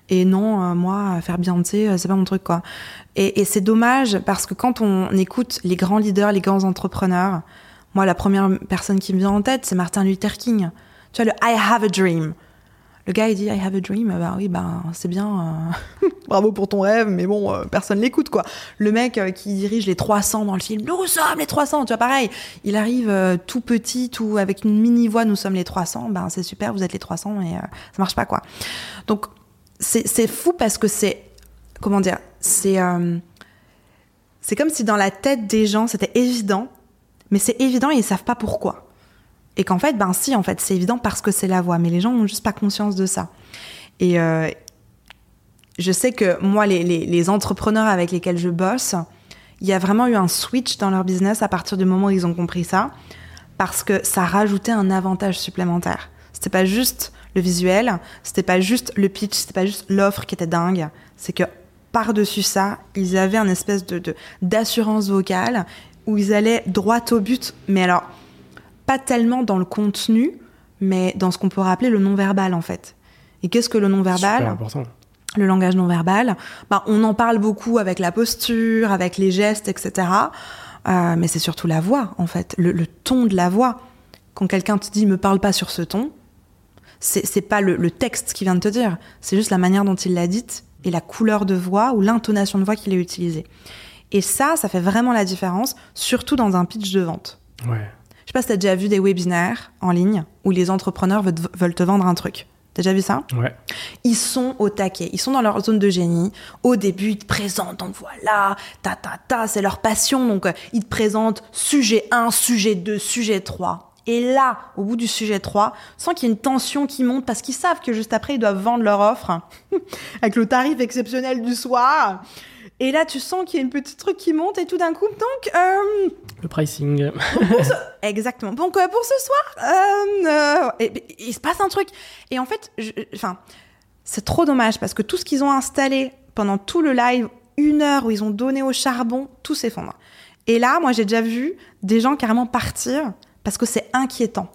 Et non, moi, faire Beyoncé, c'est pas mon truc, quoi. Et c'est dommage parce que quand on écoute les grands leaders, les grands entrepreneurs, moi, la première personne qui me vient en tête, c'est Martin Luther King. Tu vois, le I have a dream. Le gars, il dit I have a dream. Bah oui, bah c'est bien. Bravo pour ton rêve, mais bon, personne l'écoute, quoi. Le mec qui dirige les 300 dans le film, nous sommes les 300, tu vois, pareil. Il arrive tout petit, tout avec une mini voix, nous sommes les 300. Ben c'est super, vous êtes les 300, mais ça marche pas, quoi. Donc c'est fou parce que c'est comment dire, c'est comme si dans la tête des gens c'était évident, mais c'est évident et ils savent pas pourquoi. Et qu'en fait, ben si, en fait, c'est évident parce que c'est la voix, mais les gens n'ont juste pas conscience de ça. Et je sais que moi, les entrepreneurs avec lesquels je bosse, il y a vraiment eu un switch dans leur business à partir du moment où ils ont compris ça, parce que ça rajoutait un avantage supplémentaire. C'était pas juste le visuel, c'était pas juste le pitch, c'était pas juste l'offre qui était dingue, c'est que par-dessus ça, ils avaient un espèce d'assurance vocale où ils allaient droit au but, mais alors pas tellement dans le contenu, mais dans ce qu'on pourrait appeler le non-verbal, en fait. Et qu'est-ce que le non-verbal ?
Super important.
Le langage non-verbal, on en parle beaucoup avec la posture, avec les gestes, etc. Mais c'est surtout la voix, en fait, le ton de la voix. Quand quelqu'un te dit « me parle pas sur ce ton », c'est pas le texte qu'il vient de te dire, c'est juste la manière dont il l'a dite et la couleur de voix ou l'intonation de voix qu'il a utilisée. Et ça fait vraiment la différence, surtout dans un pitch de vente.
Ouais.
Je sais pas si t'as déjà vu des webinaires en ligne où les entrepreneurs veulent te vendre un truc. T'as déjà vu ça ?
Ouais.
Ils sont au taquet, ils sont dans leur zone de génie. Au début, ils te présentent, donc voilà, c'est leur passion. Donc, ils te présentent sujet 1, sujet 2, sujet 3. Et là, au bout du sujet 3, sans qu'il y ait une tension qui monte, parce qu'ils savent que juste après, ils doivent vendre leur offre avec le tarif exceptionnel du soir. Et là, tu sens qu'il y a une petite truc qui monte et tout d'un coup, donc...
Le pricing.
Exactement. Donc, pour ce soir, il se passe un truc. Et en fait, c'est trop dommage parce que tout ce qu'ils ont installé pendant tout le live, 1 heure où ils ont donné au charbon, tout s'effondre. Et là, moi, j'ai déjà vu des gens carrément partir parce que c'est inquiétant.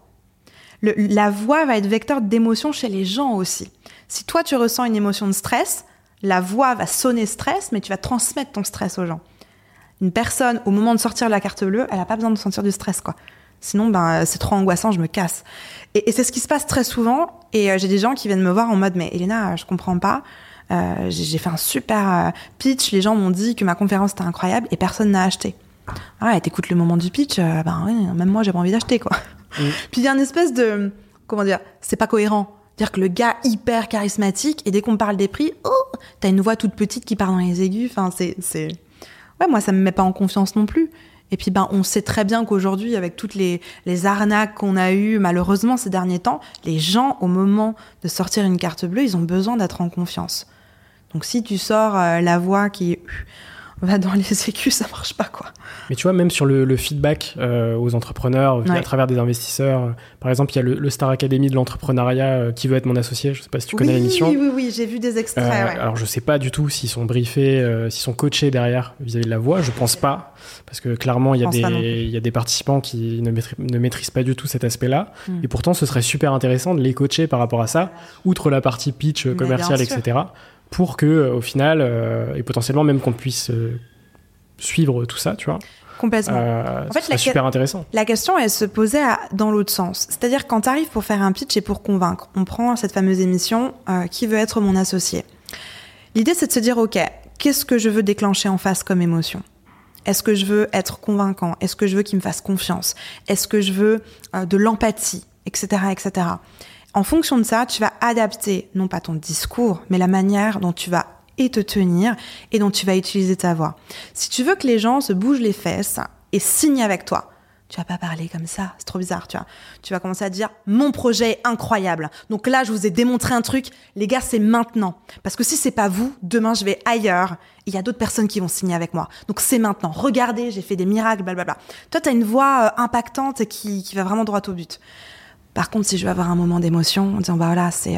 La voix va être vecteur d'émotion chez les gens aussi. Si toi, tu ressens une émotion de stress, la voix va sonner stress, mais tu vas transmettre ton stress aux gens. Une personne, au moment de sortir la carte bleue, elle n'a pas besoin de sentir du stress, quoi. Sinon, c'est trop angoissant, je me casse. Et c'est ce qui se passe très souvent. Et j'ai des gens qui viennent me voir en mode « Mais Elena, je comprends pas. J'ai fait un super pitch. Les gens m'ont dit que ma conférence était incroyable et personne n'a acheté. » Ah, t'écoutes le moment du pitch, oui, même moi, j'ai pas envie d'acheter, quoi. Puis il y a une espèce de... Comment dire ? C'est pas cohérent. C'est-à-dire que le gars hyper charismatique, et dès qu'on parle des prix, t'as une voix toute petite qui part dans les aigus. Enfin, c'est... Ouais, moi, ça me met pas en confiance non plus. Et puis, on sait très bien qu'aujourd'hui, avec toutes les arnaques qu'on a eues, malheureusement, ces derniers temps, les gens, au moment de sortir une carte bleue, ils ont besoin d'être en confiance. Donc, si tu sors la voix qui va dans les écus, ça marche pas, quoi.
Mais tu vois, même sur le feedback aux entrepreneurs, à travers des investisseurs, par exemple, il y a le Star Academy de l'entrepreneuriat qui veut être mon associé. Je sais pas si tu connais l'émission.
Oui, j'ai vu des extraits. Ouais.
Alors, je sais pas du tout s'ils sont briefés, s'ils sont coachés derrière vis-à-vis de la voix. Je pense pas, parce que clairement, il y a des participants qui ne maîtrisent pas du tout cet aspect-là. Et pourtant, ce serait super intéressant de les coacher par rapport à ça, outre la partie pitch commercial, etc., pour que, au final, et potentiellement même qu'on puisse suivre tout ça, tu vois.
Complètement.
En fait, c'est super intéressant.
La question, elle se posait dans l'autre sens. C'est-à-dire, quand tu arrives pour faire un pitch et pour convaincre, on prend cette fameuse émission Qui veut être mon associé ? L'idée, c'est de se dire, OK, qu'est-ce que je veux déclencher en face comme émotion ? Est-ce que je veux être convaincant ? Est-ce que je veux qu'il me fasse confiance ? Est-ce que je veux de l'empathie ? Etc., etc. En fonction de ça, tu vas adapter, non pas ton discours, mais la manière dont tu vas te tenir et dont tu vas utiliser ta voix. Si tu veux que les gens se bougent les fesses et signent avec toi, tu vas pas parler comme ça, c'est trop bizarre, tu vois. Tu vas commencer à dire « Mon projet est incroyable. Donc là, je vous ai démontré un truc. Les gars, c'est maintenant. Parce que si c'est pas vous, demain, je vais ailleurs. Il y a d'autres personnes qui vont signer avec moi. Donc c'est maintenant. Regardez, j'ai fait des miracles, blablabla. » Toi, tu as une voix impactante et qui va vraiment droit au but. Par contre, si je veux avoir un moment d'émotion en disant « Voilà, c'est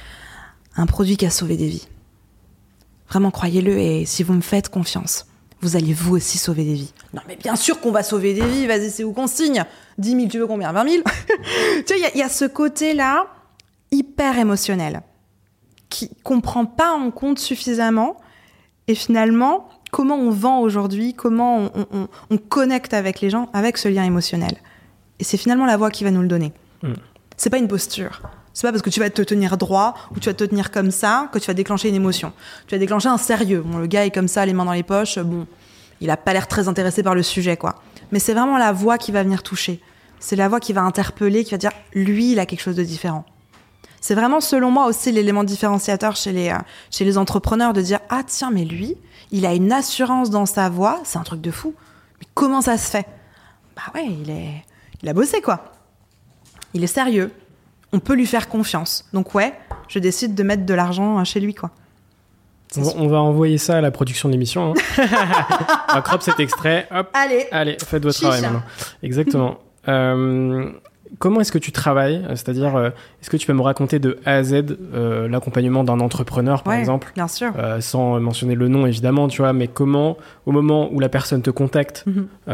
un produit qui a sauvé des vies. Vraiment, croyez-le, et si vous me faites confiance, vous allez vous aussi sauver des vies. » Non, mais bien sûr qu'on va sauver des vies, vas-y, c'est où qu'on signe ? 10 000, tu veux combien ? 20 000 ? Tu sais, il y a ce côté-là, hyper émotionnel, qu'on prend pas en compte suffisamment. Et finalement, comment on vend aujourd'hui, comment on connecte avec les gens, avec ce lien émotionnel. Et c'est finalement la voix qui va nous le donner. C'est pas une posture. C'est pas parce que tu vas te tenir droit ou tu vas te tenir comme ça que tu vas déclencher une émotion. Tu vas déclencher un sérieux. Bon, le gars est comme ça, les mains dans les poches. Bon, il a pas l'air très intéressé par le sujet, quoi. Mais c'est vraiment la voix qui va venir toucher. C'est la voix qui va interpeller, qui va dire, lui, il a quelque chose de différent. C'est vraiment, selon moi, aussi l'élément différenciateur chez les entrepreneurs de dire, ah tiens, mais lui, il a une assurance dans sa voix. C'est un truc de fou. Mais comment ça se fait? Bah ouais, il a bossé, quoi. Il est sérieux. On peut lui faire confiance. Donc ouais, je décide de mettre de l'argent chez lui, quoi.
On va envoyer ça à la production de l'émission. Hein. On crop cet extrait. Hop. Allez, faites votre travail maintenant. Exactement. Comment est-ce que tu travailles? C'est-à-dire, est-ce que tu peux me raconter de A à Z l'accompagnement d'un entrepreneur, par exemple?
Bien sûr.
Sans mentionner le nom, évidemment, tu vois, mais comment, au moment où la personne te contacte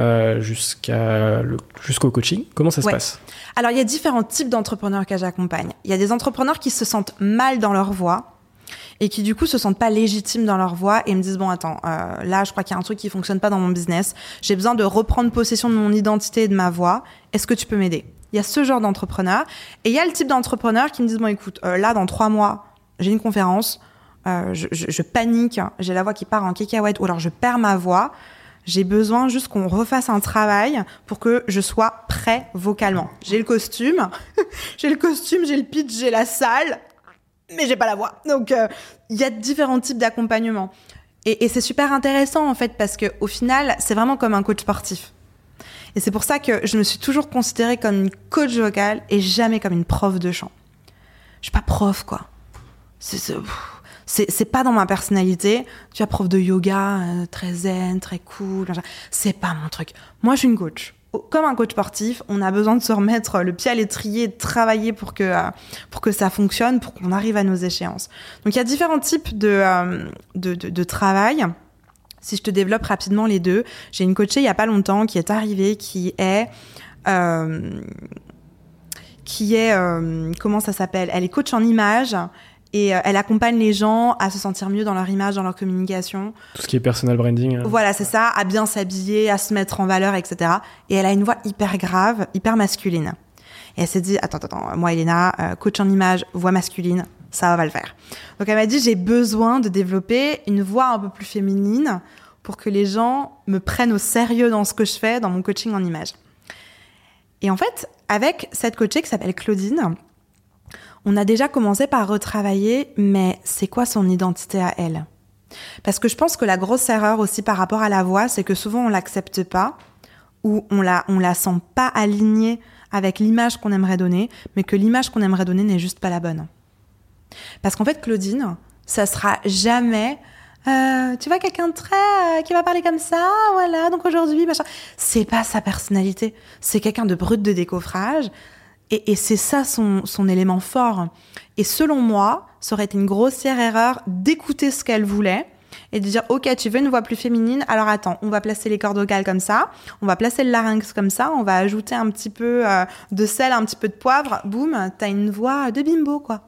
jusqu'au coaching, comment ça se passe?
Alors, il y a différents types d'entrepreneurs que j'accompagne. Il y a des entrepreneurs qui se sentent mal dans leur voix et qui, du coup, se sentent pas légitimes dans leur voix et me disent, bon, attends, là, je crois qu'il y a un truc qui fonctionne pas dans mon business. J'ai besoin de reprendre possession de mon identité et de ma voix. Est-ce que tu peux m'aider? Il y a ce genre d'entrepreneur. Et il y a le type d'entrepreneur qui me disent, bon, écoute, là, dans 3 mois, j'ai une conférence, je panique, j'ai la voix qui part en cacahuète, ou alors je perds ma voix. J'ai besoin juste qu'on refasse un travail pour que je sois prêt vocalement. J'ai le costume, j'ai le pitch, j'ai la salle, mais j'ai pas la voix. Donc, il y a différents types d'accompagnement. Et c'est super intéressant, en fait, parce qu'au final, c'est vraiment comme un coach sportif. Et c'est pour ça que je me suis toujours considérée comme une coach vocale et jamais comme une prof de chant. Je suis pas prof, quoi. C'est pas dans ma personnalité. Tu es prof de yoga, très zen, très cool. C'est pas mon truc. Moi, je suis une coach. Comme un coach sportif, on a besoin de se remettre le pied à l'étrier, de travailler pour que ça fonctionne, pour qu'on arrive à nos échéances. Donc, il y a différents types de travail. Si je te développe rapidement les deux, j'ai une coachée il y a pas longtemps qui est arrivée, qui est comment ça s'appelle? Elle est coach en image et elle accompagne les gens à se sentir mieux dans leur image, dans leur communication.
Tout ce qui est personal branding.
Voilà, c'est ça, à bien s'habiller, à se mettre en valeur, etc. Et elle a une voix hyper grave, hyper masculine. Et elle s'est dit, attends, moi, Elena, coach en image, voix masculine, ça va le faire. Donc elle m'a dit, j'ai besoin de développer une voix un peu plus féminine pour que les gens me prennent au sérieux dans ce que je fais, dans mon coaching en image. Et en fait, avec cette coachée qui s'appelle Claudine, on a déjà commencé par retravailler, mais c'est quoi son identité à elle? Parce que je pense que la grosse erreur aussi par rapport à la voix, c'est que souvent on l'accepte pas, ou on la sent pas alignée avec l'image qu'on aimerait donner, mais que l'image qu'on aimerait donner n'est juste pas la bonne. Parce qu'en fait, Claudine, ça sera jamais tu vois quelqu'un de très qui va parler comme ça, voilà, donc aujourd'hui, machin. C'est pas sa personnalité. C'est quelqu'un de brut de décoffrage. Et c'est ça son élément fort. Et selon moi, ça aurait été une grossière erreur d'écouter ce qu'elle voulait et de dire, ok, tu veux une voix plus féminine, alors attends, on va placer les cordes vocales comme ça, on va placer le larynx comme ça, on va ajouter un petit peu de sel, un petit peu de poivre, boum, t'as une voix de bimbo, quoi.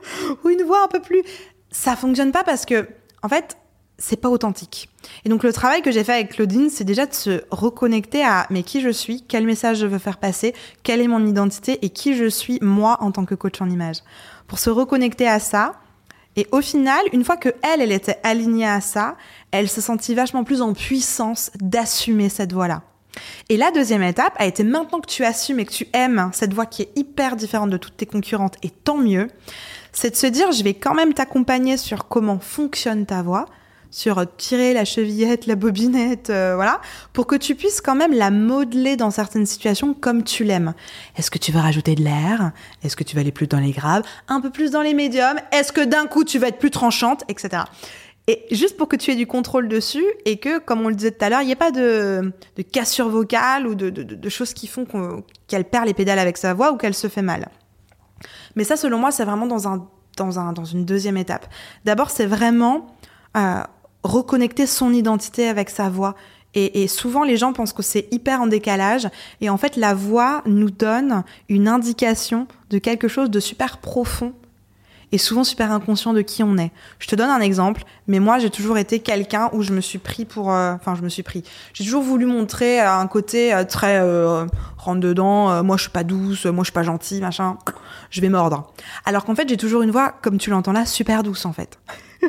Ou une voix un peu plus... Ça fonctionne pas parce que, en fait, c'est pas authentique. Et donc, le travail que j'ai fait avec Claudine, c'est déjà de se reconnecter à mais qui je suis, quel message je veux faire passer, quelle est mon identité et qui je suis, moi, en tant que coach en image. Pour se reconnecter à ça. Et au final, une fois que elle était alignée à ça, elle se sentit vachement plus en puissance d'assumer cette voix-là. Et la deuxième étape a été, maintenant que tu assumes et que tu aimes cette voix qui est hyper différente de toutes tes concurrentes, et tant mieux, c'est de se dire, je vais quand même t'accompagner sur comment fonctionne ta voix, sur tirer la chevillette, la bobinette, voilà, pour que tu puisses quand même la modeler dans certaines situations comme tu l'aimes. Est-ce que tu vas rajouter de l'air? Est-ce que tu vas aller plus dans les graves? Un peu plus dans les médiums? Est-ce que d'un coup tu vas être plus tranchante? Etc. Et juste pour que tu aies du contrôle dessus et que, comme on le disait tout à l'heure, il n'y ait pas de cassure vocale ou de choses qui font qu'elle perd les pédales avec sa voix ou qu'elle se fait mal. Mais ça, selon moi, c'est vraiment dans une deuxième étape. D'abord, c'est vraiment reconnecter son identité avec sa voix. Et souvent, les gens pensent que c'est hyper en décalage. Et en fait, la voix nous donne une indication de quelque chose de super profond est souvent super inconscient de qui on est. Je te donne un exemple, mais moi, j'ai toujours été quelqu'un où je me suis pris pour... J'ai toujours voulu montrer un côté très rentre-dedans, moi, je suis pas douce, moi, je suis pas gentille, machin, je vais mordre. Alors qu'en fait, j'ai toujours une voix, comme tu l'entends là, super douce, en fait.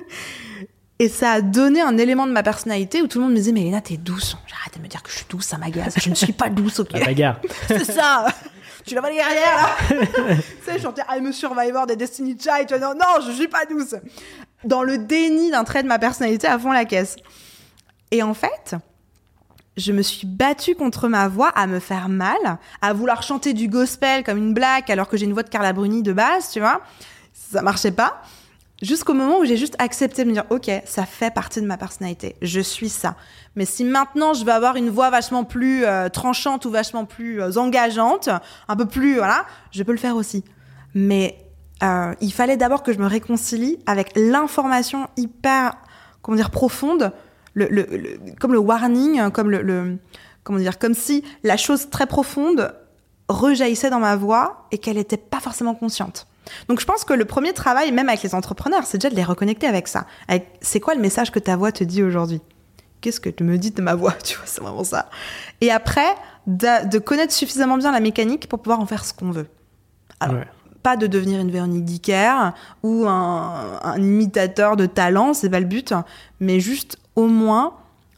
Et ça a donné un élément de ma personnalité où tout le monde me disait « Mais Elena, t'es douce. » J'arrête de me dire que je suis douce, ça m'agace. Je ne suis pas douce, ok.
La bagarre.
C'est ça. Tu la vois les guerrières, là. Tu sais, je chantais I'm a Survivor des Destiny Child. Tu vois, non, je suis pas douce. Dans le déni d'un trait de ma personnalité à fond la caisse. Et en fait, je me suis battue contre ma voix à me faire mal, à vouloir chanter du gospel comme une blague alors que j'ai une voix de Carla Bruni de base, tu vois. Ça marchait pas. Jusqu'au moment où j'ai juste accepté de me dire « Ok, ça fait partie de ma personnalité. Je suis ça. Mais si maintenant je veux avoir une voix vachement plus tranchante ou vachement plus engageante, un peu plus, voilà, je peux le faire aussi. » Mais il fallait d'abord que je me réconcilie avec l'information hyper, profonde, comme le warning, comme si la chose très profonde rejaillissait dans ma voix et qu'elle n'était pas forcément consciente. Donc je pense que le premier travail, même avec les entrepreneurs, c'est déjà de les reconnecter avec ça. C'est quoi le message que ta voix te dit aujourd'hui ? Qu'est-ce que tu me dis de ma voix ? Tu vois, c'est vraiment ça. Et après, de connaître suffisamment bien la mécanique pour pouvoir en faire ce qu'on veut. Alors, pas de devenir une Véronique Dicker ou un imitateur de talent, c'est pas le but, mais juste au moins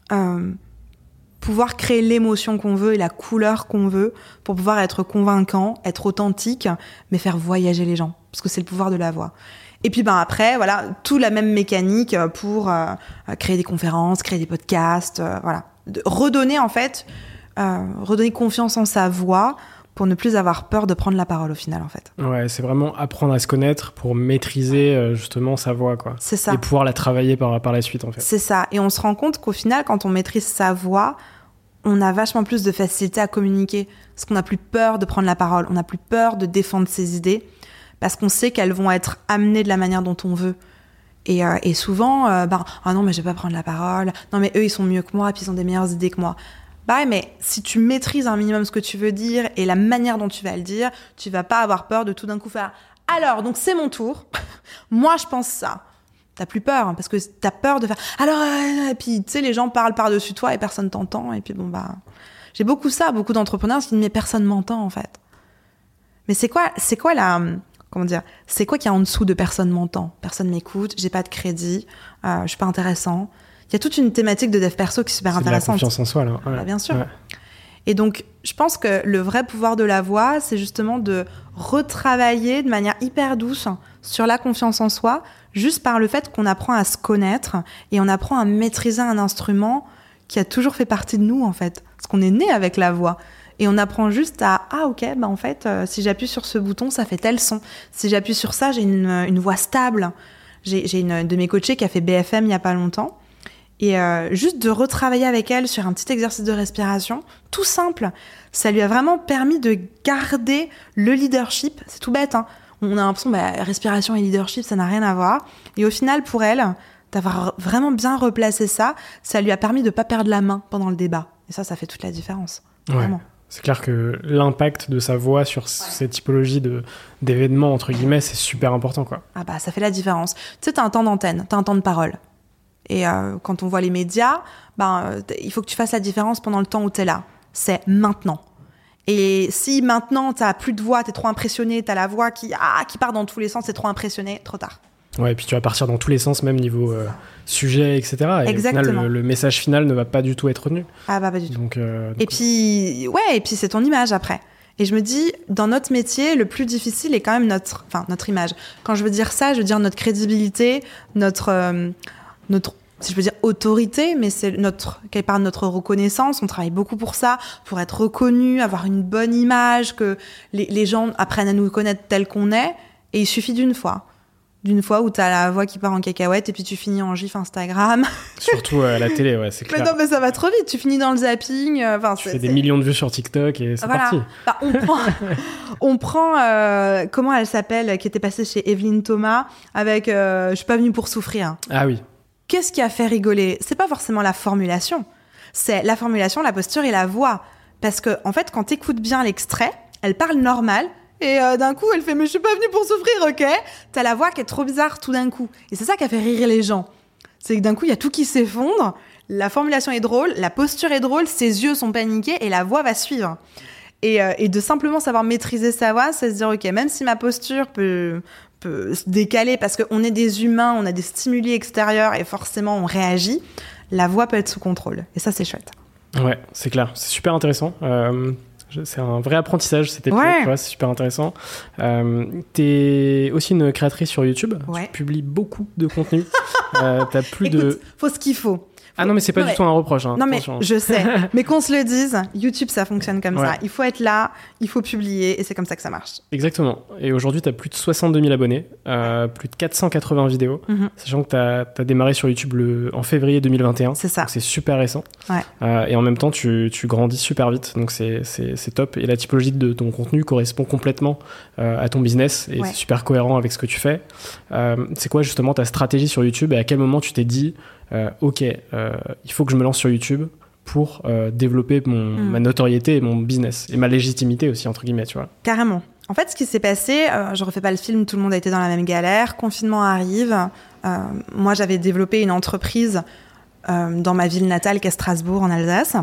pouvoir créer l'émotion qu'on veut et la couleur qu'on veut pour pouvoir être convaincant, être authentique, mais faire voyager les gens, parce que c'est le pouvoir de la voix. Et puis après, voilà, tout la même mécanique pour créer des conférences, créer des podcasts, voilà. Redonner confiance en sa voix pour ne plus avoir peur de prendre la parole au final, en fait.
Ouais, c'est vraiment apprendre à se connaître pour maîtriser justement sa voix, quoi.
C'est ça.
Et pouvoir la travailler par la suite, en fait.
C'est ça. Et on se rend compte qu'au final, quand on maîtrise sa voix, on a vachement plus de facilité à communiquer, parce qu'on n'a plus peur de prendre la parole, on n'a plus peur de défendre ses idées, parce qu'on sait qu'elles vont être amenées de la manière dont on veut. Et souvent, non, mais je vais pas prendre la parole, non, mais eux, ils sont mieux que moi, puis ils ont des meilleures idées que moi. Bah ouais, mais si tu maîtrises un minimum ce que tu veux dire et la manière dont tu vas le dire, tu vas pas avoir peur de tout d'un coup faire « Alors, donc c'est mon tour, moi je pense ça ». T'as plus peur, hein, parce que t'as peur de faire « Alors, et puis tu sais, les gens parlent par-dessus toi et personne t'entend, et puis j'ai beaucoup d'entrepreneurs qui disent « Mais personne m'entend, en fait ». Mais c'est quoi c'est quoi qu'il y a en dessous de personne m'entend ? Personne m'écoute, j'ai pas de crédit, je suis pas intéressant. Il y a toute une thématique de dev perso qui est super intéressante.
C'est de la confiance en soi, là. Ouais.
Bah, bien sûr.
Ouais.
Et donc, je pense que le vrai pouvoir de la voix, c'est justement de retravailler de manière hyper douce sur la confiance en soi, juste par le fait qu'on apprend à se connaître et on apprend à maîtriser un instrument qui a toujours fait partie de nous, en fait. Parce qu'on est né avec la voix. Et on apprend juste à en fait, si j'appuie sur ce bouton, ça fait tel son. Si j'appuie sur ça, j'ai une voix stable. J'ai une de mes coachées qui a fait BFM il y a pas longtemps. Et juste de retravailler avec elle sur un petit exercice de respiration, tout simple, ça lui a vraiment permis de garder le leadership. C'est tout bête, hein. On a l'impression respiration et leadership, ça n'a rien à voir. Et au final, pour elle, d'avoir vraiment bien replacé ça, ça lui a permis de pas perdre la main pendant le débat. Et ça fait toute la différence. Vraiment.
Ouais. C'est clair que l'impact de sa voix sur ces typologies d'événements, entre guillemets, c'est super important, quoi.
Ah ça fait la différence. Tu sais, t'as un temps d'antenne, t'as un temps de parole. Et quand on voit les médias, il faut que tu fasses la différence pendant le temps où t'es là. C'est maintenant. Et si maintenant t'as plus de voix, t'es trop impressionné, t'as la voix qui part dans tous les sens, t'es trop impressionné, trop tard.
Ouais, et puis tu vas partir dans tous les sens, même niveau sujet, etc. Et
exactement.
au final, le message final ne va pas du tout être retenu.
Pas du tout.
Donc,
et puis c'est ton image après. Et je me dis, dans notre métier, le plus difficile est quand même notre image. Quand je veux dire ça, je veux dire notre crédibilité, notre si je veux dire autorité, mais c'est qu'elle parle de notre reconnaissance. On travaille beaucoup pour ça, pour être reconnu, avoir une bonne image, que les gens apprennent à nous connaître tel qu'on est. Et il suffit d'une fois où t'as la voix qui part en cacahuète et puis tu finis en gif Instagram.
Surtout à la télé, ouais, c'est clair.
Mais non, mais ça va trop vite. Tu finis dans le zapping.
Tu fais des millions de vues sur TikTok et c'est parti.
On prend comment elle s'appelle, qui était passée chez Evelyne Thomas avec je suis pas venue pour souffrir.
Ah oui.
Qu'est-ce qui a fait rigoler ? C'est pas forcément la formulation. C'est la formulation, la posture et la voix. Parce que, en fait, quand t'écoutes bien l'extrait, elle parle normal Et d'un coup, elle fait « Mais je suis pas venue pour souffrir, ok ?» T'as la voix qui est trop bizarre tout d'un coup. Et c'est ça qui a fait rire les gens. C'est que d'un coup, il y a tout qui s'effondre, la formulation est drôle, la posture est drôle, ses yeux sont paniqués et la voix va suivre. Et de simplement savoir maîtriser sa voix, c'est se dire « Ok, même si ma posture peut se décaler parce qu'on est des humains, on a des stimuli extérieurs et forcément on réagit, la voix peut être sous contrôle. » Et ça, c'est chouette.
Ouais, c'est clair. C'est super intéressant. C'est un vrai apprentissage, cet épisode, tu vois, c'est super intéressant. T'es aussi une créatrice sur YouTube. Tu publies beaucoup de contenu. T'as plus
Écoute, faut ce qu'il faut.
Ah non, mais c'est pas du tout un reproche. Hein.
Non, mais je sais. Mais qu'on se le dise, YouTube, ça fonctionne comme ça. Il faut être là, il faut publier, et c'est comme ça que ça marche.
Exactement. Et aujourd'hui, tu as plus de 62 000 abonnés, plus de 480 vidéos, sachant que tu as démarré sur YouTube en février 2021.
C'est ça.
Donc c'est super récent.
Ouais.
Et en même temps, tu grandis super vite, donc c'est top. Et la typologie de ton contenu correspond complètement à ton business, et c'est super cohérent avec ce que tu fais. C'est quoi justement ta stratégie sur YouTube, et à quel moment tu t'es dit ok, il faut que je me lance sur YouTube pour développer ma notoriété et mon business et ma légitimité aussi, entre guillemets, tu vois.
Carrément. En fait, ce qui s'est passé, je refais pas le film, tout le monde a été dans la même galère, confinement arrive, moi j'avais développé une entreprise dans ma ville natale qui est Strasbourg en Alsace.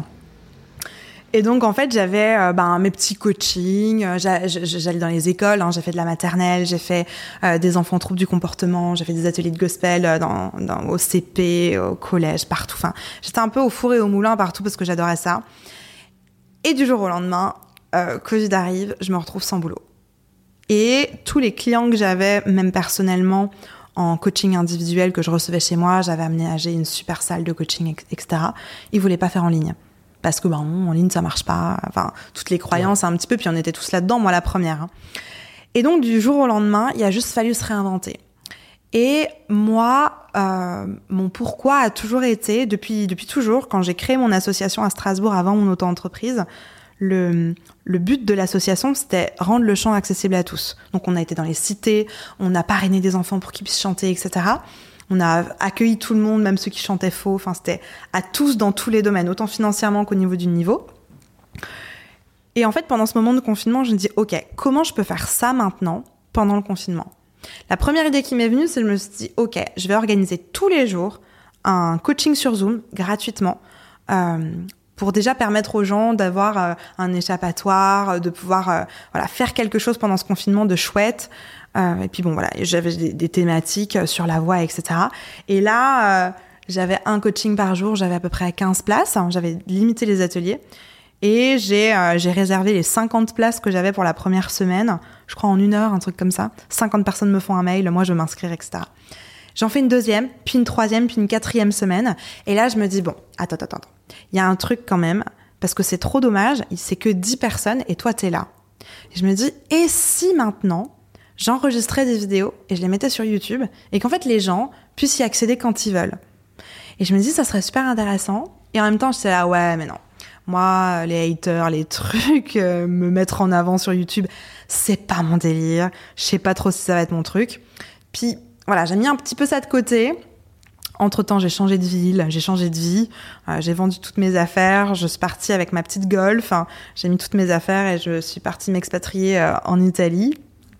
Et donc, en fait, j'avais mes petits coachings, j'allais dans les écoles, j'ai fait de la maternelle, j'ai fait des enfants troubles du comportement, j'ai fait des ateliers de gospel au CP, au collège, partout. Enfin, j'étais un peu au four et au moulin partout parce que j'adorais ça. Et du jour au lendemain, Covid arrive, je me retrouve sans boulot. Et tous les clients que j'avais, même personnellement, en coaching individuel que je recevais chez moi, j'avais aménagé une super salle de coaching, etc. Ils voulaient pas faire en ligne. Parce que en ligne ça marche pas, enfin toutes les croyances un petit peu, puis on était tous là-dedans, moi la première. Et donc du jour au lendemain, il a juste fallu se réinventer. Et moi, mon pourquoi a toujours été, depuis toujours, quand j'ai créé mon association à Strasbourg avant mon auto-entreprise, le but de l'association, c'était rendre le chant accessible à tous. Donc on a été dans les cités, on a parrainé des enfants pour qu'ils puissent chanter, etc. On a accueilli tout le monde, même ceux qui chantaient faux. Enfin, c'était à tous dans tous les domaines, autant financièrement qu'au niveau du niveau. Et en fait, pendant ce moment de confinement, je me dis, OK, comment je peux faire ça maintenant, pendant le confinement ? La première idée qui m'est venue, c'est que je me suis dit, OK, je vais organiser tous les jours un coaching sur Zoom, gratuitement, pour déjà permettre aux gens d'avoir un échappatoire, de pouvoir faire quelque chose pendant ce confinement de chouette. Et puis j'avais des thématiques sur la voix, etc. Et là, j'avais un coaching par jour, j'avais à peu près 15 places, j'avais limité les ateliers. Et j'ai réservé les 50 places que j'avais pour la première semaine, je crois en 1 heure, un truc comme ça. 50 personnes me font un mail, moi je veux m'inscrire, etc. J'en fais une 2e, puis une 3e, puis une 4e semaine. Et là, je me dis, attends. Il y a un truc quand même, parce que c'est trop dommage, c'est que 10 personnes et toi, t'es là. Et je me dis, et si maintenant, j'enregistrais des vidéos et je les mettais sur YouTube et qu'en fait, les gens puissent y accéder quand ils veulent. Et je me dis, ça serait super intéressant. Et en même temps, j'étais là, ouais, mais non. Moi, les haters, les trucs, me mettre en avant sur YouTube, c'est pas mon délire. Je sais pas trop si ça va être mon truc. Puis, voilà, j'ai mis un petit peu ça de côté. Entre-temps, j'ai changé de ville, j'ai changé de vie. J'ai vendu toutes mes affaires. Je suis partie avec ma petite Golf. J'ai mis toutes mes affaires et je suis partie m'expatrier en Italie.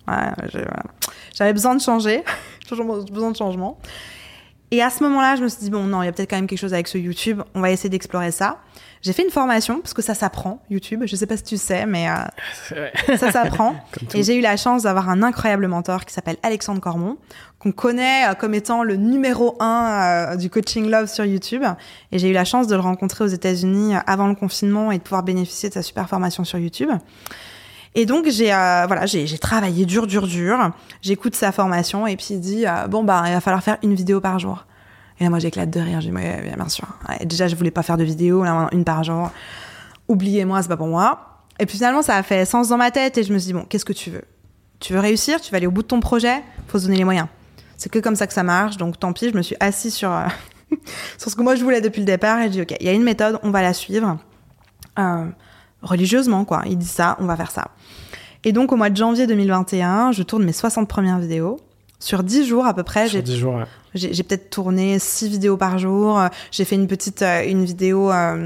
J'avais besoin de changer. besoin de changement. Et à ce moment-là, je me suis dit, non, il y a peut-être quand même quelque chose avec ce YouTube. On va essayer d'explorer ça. J'ai fait une formation, parce que ça s'apprend, YouTube. Je sais pas si tu sais, mais ça s'apprend. Et j'ai eu la chance d'avoir un incroyable mentor qui s'appelle Alexandre Cormon, qu'on connaît comme étant le numéro 1 du coaching love sur YouTube. Et j'ai eu la chance de le rencontrer aux États-Unis avant le confinement et de pouvoir bénéficier de sa super formation sur YouTube. Et donc, j'ai travaillé dur. J'écoute sa formation et puis il dit, il va falloir faire une vidéo par jour. Et là, moi, j'éclate de rire. Je dis, bien sûr. Déjà, je voulais pas faire de vidéo, là, une par jour. Oubliez-moi, c'est pas pour moi. Et puis finalement, ça a fait sens dans ma tête et je me suis dit, qu'est-ce que tu veux ? Tu veux réussir ? Tu vas aller au bout de ton projet ? Faut se donner les moyens. C'est que comme ça que ça marche. Donc, tant pis, je me suis assise sur ce que moi, je voulais depuis le départ. Et je dis, OK, il y a une méthode, on va la suivre. Religieusement, quoi. Il dit ça, on va faire ça. Et donc, au mois de janvier 2021, je tourne mes 60 premières vidéos. Sur 10 jours à peu près,
Sur 10 jours, ouais.
J'ai peut-être tourné 6 vidéos par jour. J'ai fait une vidéo,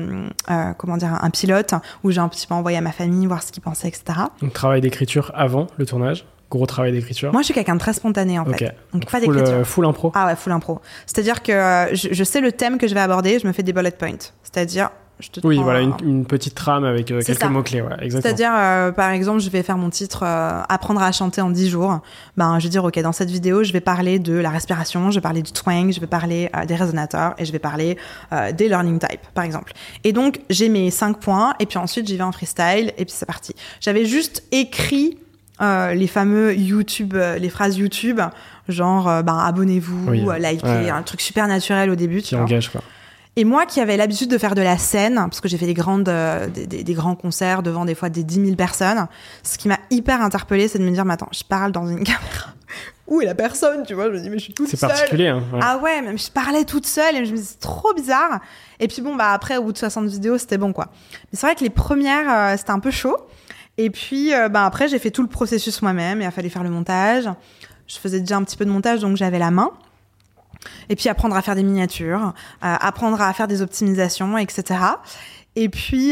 un pilote, où j'ai un petit peu envoyé à ma famille, voir ce qu'ils pensaient, etc.
Donc, travail d'écriture avant le tournage. Gros travail d'écriture.
Moi, je suis quelqu'un de très spontané, en fait. Donc, pas
full,
d'écriture.
Full impro.
Ah ouais, full impro. C'est-à-dire que je sais le thème que je vais aborder, je me fais des bullet points. C'est-à-dire...
voilà, une petite trame avec quelques mots-clés, ouais, exactement.
C'est-à-dire, par exemple, je vais faire mon titre apprendre à chanter en 10 jours. Je vais dire, OK, dans cette vidéo, je vais parler de la respiration, je vais parler du twang, je vais parler des résonateurs et je vais parler des learning types, par exemple. Et donc, j'ai mes 5 points et puis ensuite, j'y vais en freestyle et puis c'est parti. J'avais juste écrit les fameux YouTube, les phrases YouTube, genre abonnez-vous, likez, un truc super naturel au début.
Qui engage, quoi.
Et moi qui avais l'habitude de faire de la scène, parce que j'ai fait des grands concerts devant des fois des 10 000 personnes, ce qui m'a hyper interpellée, c'est de me dire, mais attends, je parle dans une caméra. Où est la personne, tu vois? Je me dis, mais je suis toute seule.
C'est particulier, hein. Ouais.
Ah ouais, même je parlais toute seule et je me dis, c'est trop bizarre. Et puis après, au bout de 60 vidéos, c'était bon, quoi. Mais c'est vrai que les premières, c'était un peu chaud. Et puis, après, j'ai fait tout le processus moi-même. Il a fallu faire le montage. Je faisais déjà un petit peu de montage, donc j'avais la main. Et puis apprendre à faire des miniatures, apprendre à faire des optimisations, etc. Et puis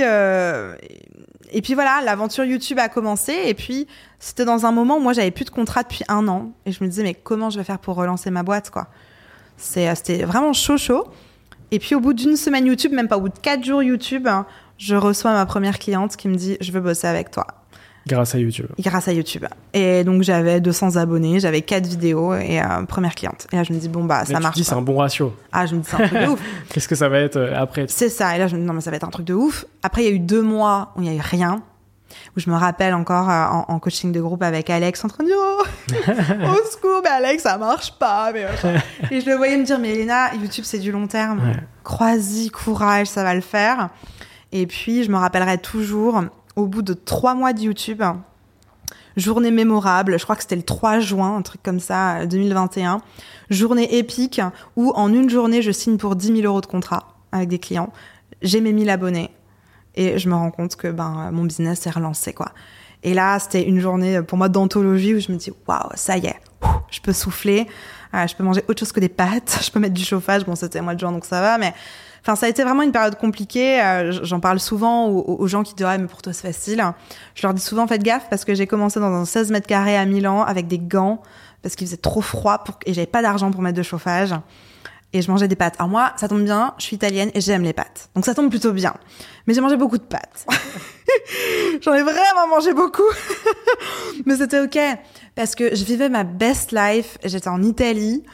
voilà, l'aventure YouTube a commencé. Et puis c'était dans un moment où moi j'avais plus de contrat depuis 1 an. Et je me disais, mais comment je vais faire pour relancer ma boîte, quoi. C'était vraiment chaud. Et puis au bout d'1 semaine YouTube, même pas au bout de 4 jours YouTube, je reçois ma première cliente qui me dit, je veux bosser avec toi.
Grâce à YouTube.
Et donc, j'avais 200 abonnés, j'avais 4 vidéos et première cliente. Et là, je me dis, ça marche.
Tu te dis, c'est un bon ratio.
Ah, je me dis, c'est un truc de ouf.
Qu'est-ce que ça va être après?
C'est ça. Et là, je me dis, non, mais ça va être un truc de ouf. Après, il y a eu 2 mois où il n'y a eu rien. Où je me rappelle encore en coaching de groupe avec Alex en train de dire, au secours, mais Alex, ça marche pas. Et je le voyais me dire, mais Elena, YouTube, c'est du long terme. Ouais. Crois-y, courage, ça va le faire. Et puis, je me rappellerai toujours... Au bout de 3 mois de YouTube, journée mémorable, je crois que c'était le 3 juin, un truc comme ça, 2021, journée épique où en une journée, je signe pour 10 000 € de contrat avec des clients. J'ai mes 1000 abonnés et je me rends compte que mon business s'est relancé, quoi. Et là, c'était une journée pour moi d'anthologie où je me dis, waouh, ça y est, je peux souffler, je peux manger autre chose que des pâtes, je peux mettre du chauffage. Bon, c'était le mois de juin, donc ça va, mais... Enfin, ça a été vraiment une période compliquée. J'en parle souvent aux gens qui disent « Ah, mais pour toi, c'est facile ». Je leur dis souvent « Faites gaffe » parce que j'ai commencé dans un 16 mètres carrés à Milan avec des gants parce qu'il faisait trop froid et j'avais pas d'argent pour mettre de chauffage. Et je mangeais des pâtes. Alors moi, ça tombe bien, je suis italienne et j'aime les pâtes. Donc ça tombe plutôt bien. Mais j'ai mangé beaucoup de pâtes. J'en ai vraiment mangé beaucoup. Mais c'était OK parce que je vivais ma best life. J'étais en Italie.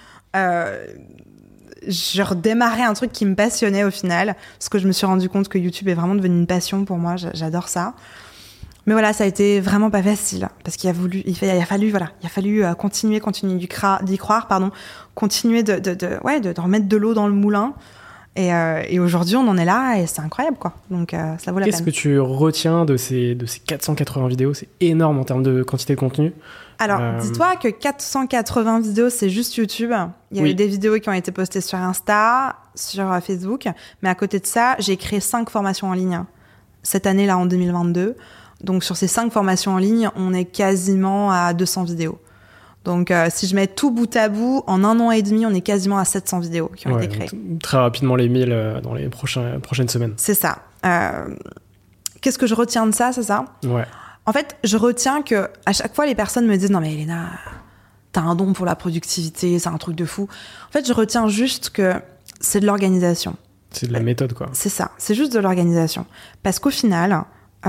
Je redémarrais un truc qui me passionnait au final, parce que je me suis rendu compte que YouTube est vraiment devenu une passion pour moi, j'adore ça. Mais voilà, ça a été vraiment pas facile, parce qu'il a fallu continuer d'y croire, continuer de remettre de l'eau dans le moulin. Et aujourd'hui, on en est là et c'est incroyable, quoi. Donc, ça vaut la peine.
Qu'est-ce que tu retiens de ces 480 vidéos? C'est énorme en termes de quantité de contenu.
Alors, dis-toi que 480 vidéos, c'est juste YouTube. Il y a eu des vidéos qui ont été postées sur Insta, sur Facebook. Mais à côté de ça, j'ai créé 5 formations en ligne cette année-là, en 2022. Donc, sur ces 5 formations en ligne, on est quasiment à 200 vidéos. Donc, si je mets tout bout à bout, en 1 an et demi, on est quasiment à 700 vidéos qui ont été créées.
Très rapidement les 1000 dans les prochaines semaines.
C'est ça. Qu'est-ce que je retiens de ça, c'est ça?
Ouais.
En fait, je retiens que à chaque fois, les personnes me disent « Non, mais Elena, t'as un don pour la productivité, c'est un truc de fou. » En fait, je retiens juste que c'est de l'organisation.
C'est de la méthode, quoi.
C'est ça, c'est juste de l'organisation. Parce qu'au final,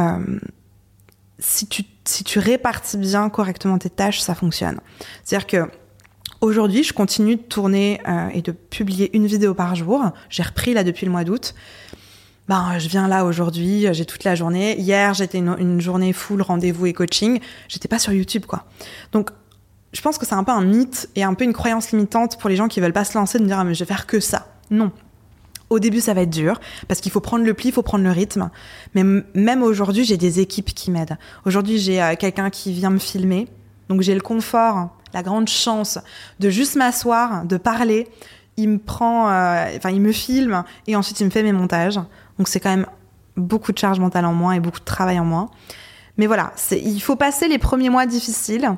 si tu répartis bien correctement tes tâches, ça fonctionne. C'est-à-dire que aujourd'hui, je continue de tourner et de publier 1 vidéo par jour. J'ai repris là depuis le mois d'août. Je viens là aujourd'hui, j'ai toute la journée. Hier, j'étais une journée full rendez-vous et coaching. J'étais pas sur YouTube, quoi. Donc, je pense que c'est un peu un mythe et un peu une croyance limitante pour les gens qui veulent pas se lancer de me dire « Ah, mais je vais faire que ça ». Non. Au début, ça va être dur parce qu'il faut prendre le pli, il faut prendre le rythme. Mais même aujourd'hui, j'ai des équipes qui m'aident. Aujourd'hui, j'ai quelqu'un qui vient me filmer. Donc, j'ai le confort, la grande chance de juste m'asseoir, de parler. Il me prend, il me filme et ensuite, il me fait mes montages. Donc, c'est quand même beaucoup de charge mentale en moins et beaucoup de travail en moins. Mais voilà, il faut passer les premiers mois difficiles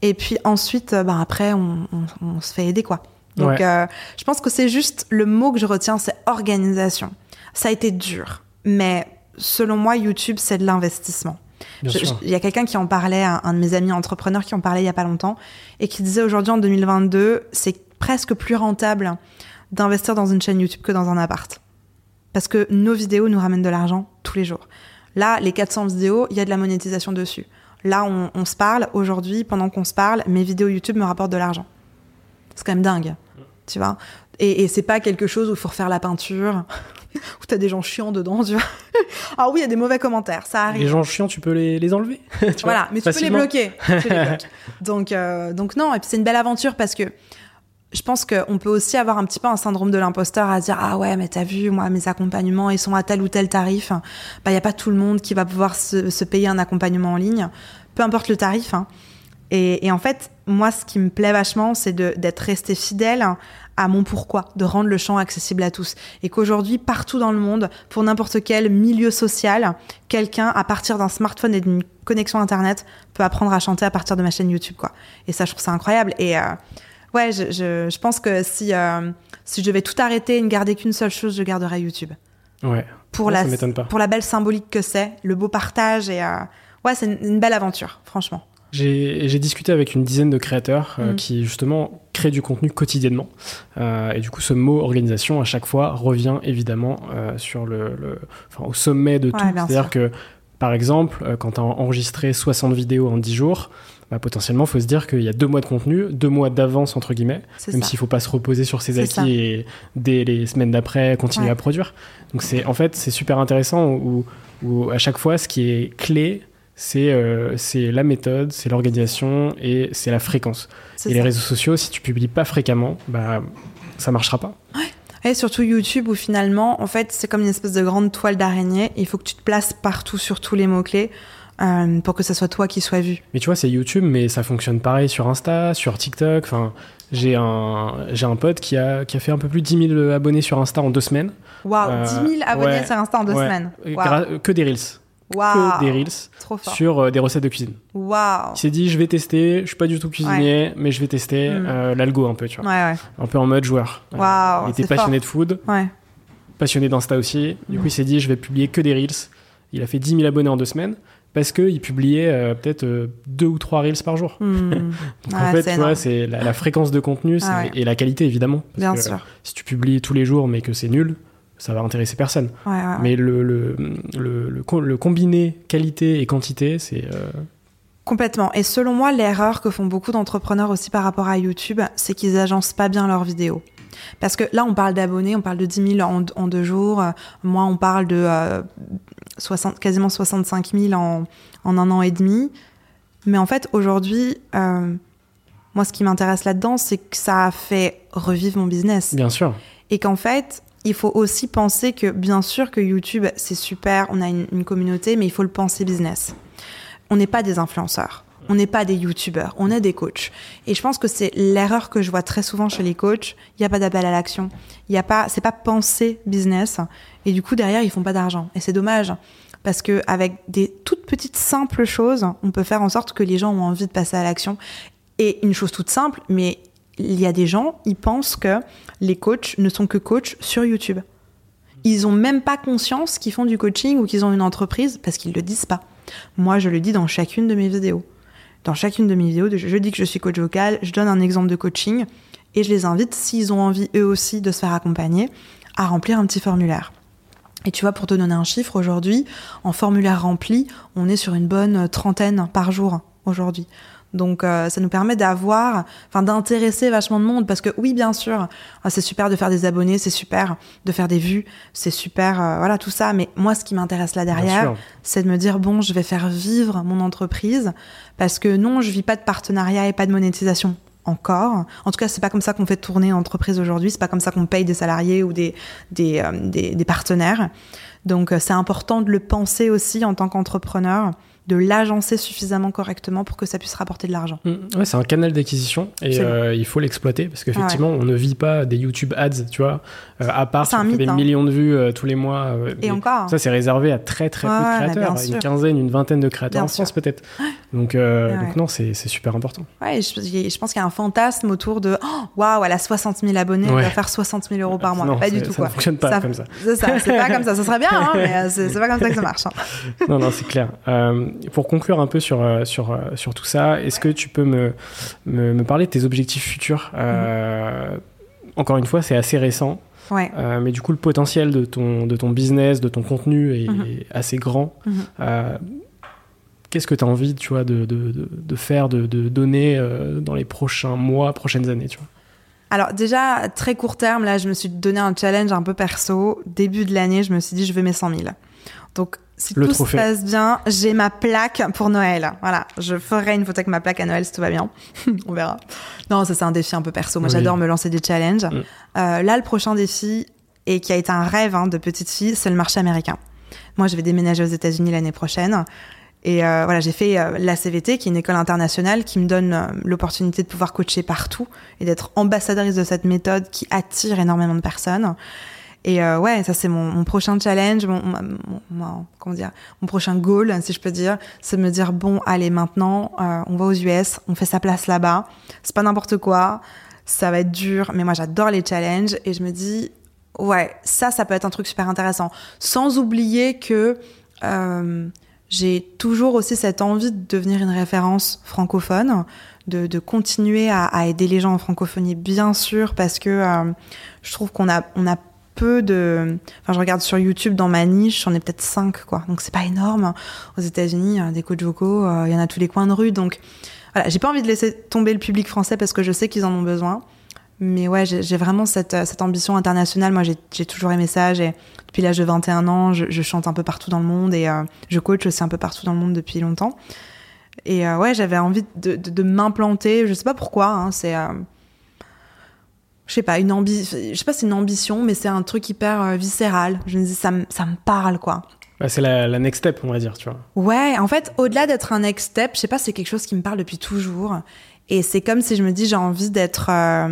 Et puis ensuite, après, on se fait aider, quoi. Donc, je pense que c'est juste le mot que je retiens, c'est organisation. Ça a été dur, mais selon moi, YouTube, c'est de l'investissement. Il y a quelqu'un qui en parlait, un de mes amis entrepreneurs qui en parlait il y a pas longtemps, et qui disait aujourd'hui, en 2022, c'est presque plus rentable d'investir dans une chaîne YouTube que dans un appart. Parce que nos vidéos nous ramènent de l'argent tous les jours. Là, les 400 vidéos, il y a de la monétisation dessus. Là, on se parle. Aujourd'hui, pendant qu'on se parle, mes vidéos YouTube me rapportent de l'argent. C'est quand même dingue, tu vois. Et c'est pas quelque chose où il faut refaire la peinture, où t'as des gens chiants dedans, tu vois. Ah oui, il y a des mauvais commentaires, ça arrive.
Les gens chiants, tu peux les enlever.
Voilà, mais facilement. Tu peux les bloquer. Tu les bloques. Donc non, et puis c'est une belle aventure parce que je pense qu'on peut aussi avoir un petit peu un syndrome de l'imposteur à dire « Ah ouais, mais t'as vu, moi, mes accompagnements, ils sont à tel ou tel tarif. » Y a pas tout le monde qui va pouvoir se payer un accompagnement en ligne, peu importe le tarif. Et en fait, moi, ce qui me plaît vachement, c'est d'être resté fidèle à mon pourquoi, de rendre le chant accessible à tous. Et qu'aujourd'hui, partout dans le monde, pour n'importe quel milieu social, quelqu'un, à partir d'un smartphone et d'une connexion Internet, peut apprendre à chanter à partir de ma chaîne YouTube, quoi. Et ça, je trouve ça incroyable. Et ouais, je pense que si je devais tout arrêter et ne garder qu'une seule chose, je garderais YouTube.
Ouais, ça m'étonne pas.
Pour la belle symbolique que c'est, le beau partage. Et ouais, c'est une belle aventure, franchement.
J'ai discuté avec une dizaine de créateurs qui, justement, créent du contenu quotidiennement. Et du coup, ce mot organisation, à chaque fois, revient évidemment sur au sommet de tout. C'est-à-dire que, par exemple, quand tu as enregistré 60 vidéos en 10 jours, potentiellement, il faut se dire qu'il y a 2 mois de contenu, 2 mois d'avance, entre guillemets, s'il ne faut pas se reposer sur ses acquis et dès les semaines d'après, continuer à produire. Donc, c'est super intéressant où à chaque fois, ce qui est clé, c'est la méthode, c'est l'organisation et c'est la fréquence. Les réseaux sociaux, si tu publies pas fréquemment, ça marchera pas.
Ouais. Et surtout YouTube où finalement, en fait, c'est comme une espèce de grande toile d'araignée. Il faut que tu te places partout sur tous les mots-clés pour que ça soit toi qui sois vu.
Mais tu vois, c'est YouTube, mais ça fonctionne pareil sur Insta, sur TikTok. Enfin, j'ai un pote qui a fait un peu plus de 10 000 abonnés sur Insta en 2 semaines.
Waouh, 10 000 abonnés sur Insta en 2 semaines. Wow.
Que des Reels.
Wow.
Que des Reels sur des recettes de cuisine.
Wow.
Il s'est dit, je vais tester, je suis pas du tout cuisinier, mais je vais tester l'algo un peu, tu vois. Un peu en mode joueur.
Wow,
il était passionné de food, passionné d'Insta aussi. Du coup, il s'est dit, je vais publier que des Reels. Il a fait 10 000 abonnés en 2 semaines parce qu'il publiait peut-être 2 ou 3 Reels par jour. Donc en fait, tu vois, c'est la fréquence de contenu et la qualité, évidemment. Bien sûr. Si tu publies tous les jours, mais que c'est nul, ça va intéresser personne. Mais le combiné qualité et quantité, c'est...
Complètement. Et selon moi, l'erreur que font beaucoup d'entrepreneurs aussi par rapport à YouTube, c'est qu'ils agencent pas bien leurs vidéos. Parce que là, on parle d'abonnés, on parle de 10 000 en 2 jours. Moi, on parle de quasiment 65 000 en 1 an et demi. Mais en fait, aujourd'hui, moi, ce qui m'intéresse là-dedans, c'est que ça a fait revivre mon business.
Bien sûr.
Et qu'en fait... Il faut aussi penser que, bien sûr, que YouTube, c'est super, on a une communauté, mais il faut le penser business. On n'est pas des influenceurs, on n'est pas des YouTubeurs, on est des coachs. Et je pense que c'est l'erreur que je vois très souvent chez les coachs. Il n'y a pas d'appel à l'action. C'est pas penser business. Et du coup, derrière, ils font pas d'argent. Et c'est dommage. Parce que avec des toutes petites simples choses, on peut faire en sorte que les gens ont envie de passer à l'action. Et une chose toute simple, mais il y a des gens, ils pensent que les coachs ne sont que coachs sur YouTube. Ils ont même pas conscience qu'ils font du coaching ou qu'ils ont une entreprise parce qu'ils le disent pas. Moi, je le dis dans chacune de mes vidéos. Dans chacune de mes vidéos, je dis que je suis coach vocal, je donne un exemple de coaching et je les invite, s'ils ont envie eux aussi de se faire accompagner, à remplir un petit formulaire. Et tu vois, pour te donner un chiffre, aujourd'hui, en formulaire rempli, on est sur une bonne 30 par jour aujourd'hui. Donc ça nous permet d'intéresser vachement de monde parce que oui, bien sûr, c'est super de faire des abonnés, c'est super de faire des vues, c'est super, voilà, tout ça. Mais moi, ce qui m'intéresse là derrière, c'est de me dire, bon, je vais faire vivre mon entreprise parce que non, je vis pas de partenariat et pas de monétisation encore. En tout cas, c'est pas comme ça qu'on fait tourner une entreprise aujourd'hui, c'est pas comme ça qu'on paye des salariés ou des partenaires. Donc, c'est important de le penser aussi en tant qu'entrepreneur, de l'agencer suffisamment correctement pour que ça puisse rapporter de l'argent.
Ouais, c'est un canal d'acquisition et il faut l'exploiter parce qu'effectivement, on ne vit pas des YouTube ads, tu vois, à part si on fait des millions de vues tous les mois.
Et encore.
Ça, c'est réservé à très très peu de créateurs, une quinzaine, une vingtaine de créateurs en France peut-être. Donc non, c'est super important.
Ouais, je pense qu'il y a un fantasme autour de waouh, elle a 60 000 abonnés, elle va faire 60 000 euros par mois.
Non,
pas du tout,
ça
quoi.
ne fonctionne pas comme ça.
C'est ça, c'est pas comme ça. Ça serait bien, hein, mais c'est pas comme ça que ça marche. Hein.
Non, c'est clair. Pour conclure un peu sur tout ça, est-ce que tu peux me parler de tes objectifs futurs? Encore une fois, c'est assez récent.
Ouais.
Mais du coup, le potentiel de ton business, de ton contenu est assez grand. Qu'est-ce que tu as envie, tu vois, de faire, de donner dans les prochains mois, prochaines années, tu vois?
Alors déjà, très court terme, là, je me suis donné un challenge un peu perso. Début de l'année, je me suis dit, je veux mes 100 000. Donc, si tout se passe bien, j'ai ma plaque pour Noël. Voilà, je ferai une photo avec ma plaque à Noël si tout va bien. On verra. Non, ça c'est un défi un peu perso. Moi, j'adore me lancer des challenges. Là, le prochain défi, et qui a été un rêve de petite fille, c'est le marché américain. Moi, je vais déménager aux États-Unis l'année prochaine. Et voilà, j'ai fait la CVT, qui est une école internationale qui me donne l'opportunité de pouvoir coacher partout et d'être ambassadrice de cette méthode qui attire énormément de personnes. Et ouais, ça c'est mon prochain challenge, mon prochain goal, si je peux dire, c'est de me dire bon, allez, maintenant, on va aux US, on fait sa place là-bas. C'est pas n'importe quoi, ça va être dur, mais moi j'adore les challenges et je me dis ouais, ça peut être un truc super intéressant. Sans oublier que j'ai toujours aussi cette envie de devenir une référence francophone, de continuer à aider les gens en francophonie, bien sûr, parce que je trouve qu'on a peu de... Enfin, je regarde sur YouTube, dans ma niche, j'en ai peut-être 5, quoi. Donc, c'est pas énorme. Aux États-Unis, des coachs vocaux, il y en a tous les coins de rue. Donc, voilà, j'ai pas envie de laisser tomber le public français parce que je sais qu'ils en ont besoin. Mais ouais, j'ai vraiment cette ambition internationale. Moi, j'ai toujours aimé ça. Depuis l'âge de 21 ans, je chante un peu partout dans le monde et je coach aussi un peu partout dans le monde depuis longtemps. Et ouais, j'avais envie de m'implanter. Je sais pas pourquoi, hein, c'est... je sais pas, je sais pas si c'est une ambition, mais c'est un truc hyper viscéral. Je me dis, ça me parle, quoi.
Bah, c'est la next step, on va dire, tu vois.
Ouais, en fait, au-delà d'être un next step, je sais pas, c'est quelque chose qui me parle depuis toujours. Et c'est comme si je me dis, j'ai envie d'être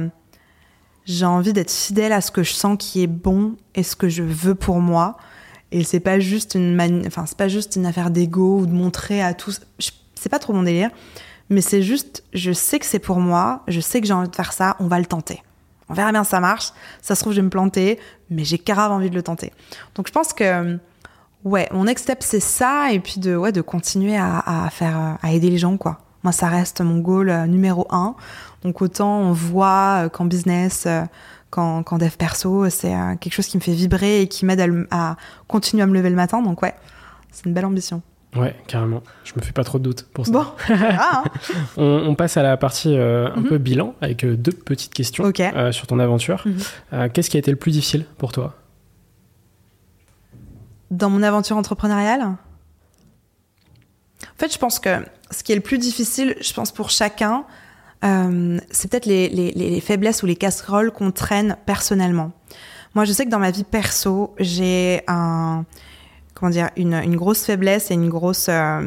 fidèle à ce que je sens qui est bon et ce que je veux pour moi. Et c'est pas juste c'est pas juste une affaire d'ego ou de montrer à tous. C'est pas trop mon délire, mais c'est juste, je sais que c'est pour moi, je sais que j'ai envie de faire ça, on va le tenter. On verra bien si ça marche. Ça se trouve, je vais me planter, mais j'ai grave envie de le tenter. Donc, je pense que, ouais, mon next step, c'est ça. Et puis, de continuer à aider les gens, quoi. Moi, ça reste mon goal numéro 1. Donc, autant on voit qu'en business, qu'en dev perso, c'est quelque chose qui me fait vibrer et qui m'aide à continuer à me lever le matin. Donc, ouais, c'est une belle ambition.
Ouais, carrément. Je me fais pas trop de doute pour ça.
Bon, hein.
On passe à la partie un peu bilan avec 2 petites questions sur ton aventure. Qu'est-ce qui a été le plus difficile pour toi?
Dans mon aventure entrepreneuriale? En fait, je pense que ce qui est le plus difficile, je pense pour chacun, c'est peut-être les faiblesses ou les casseroles qu'on traîne personnellement. Moi, je sais que dans ma vie perso, j'ai une grosse faiblesse et une grosse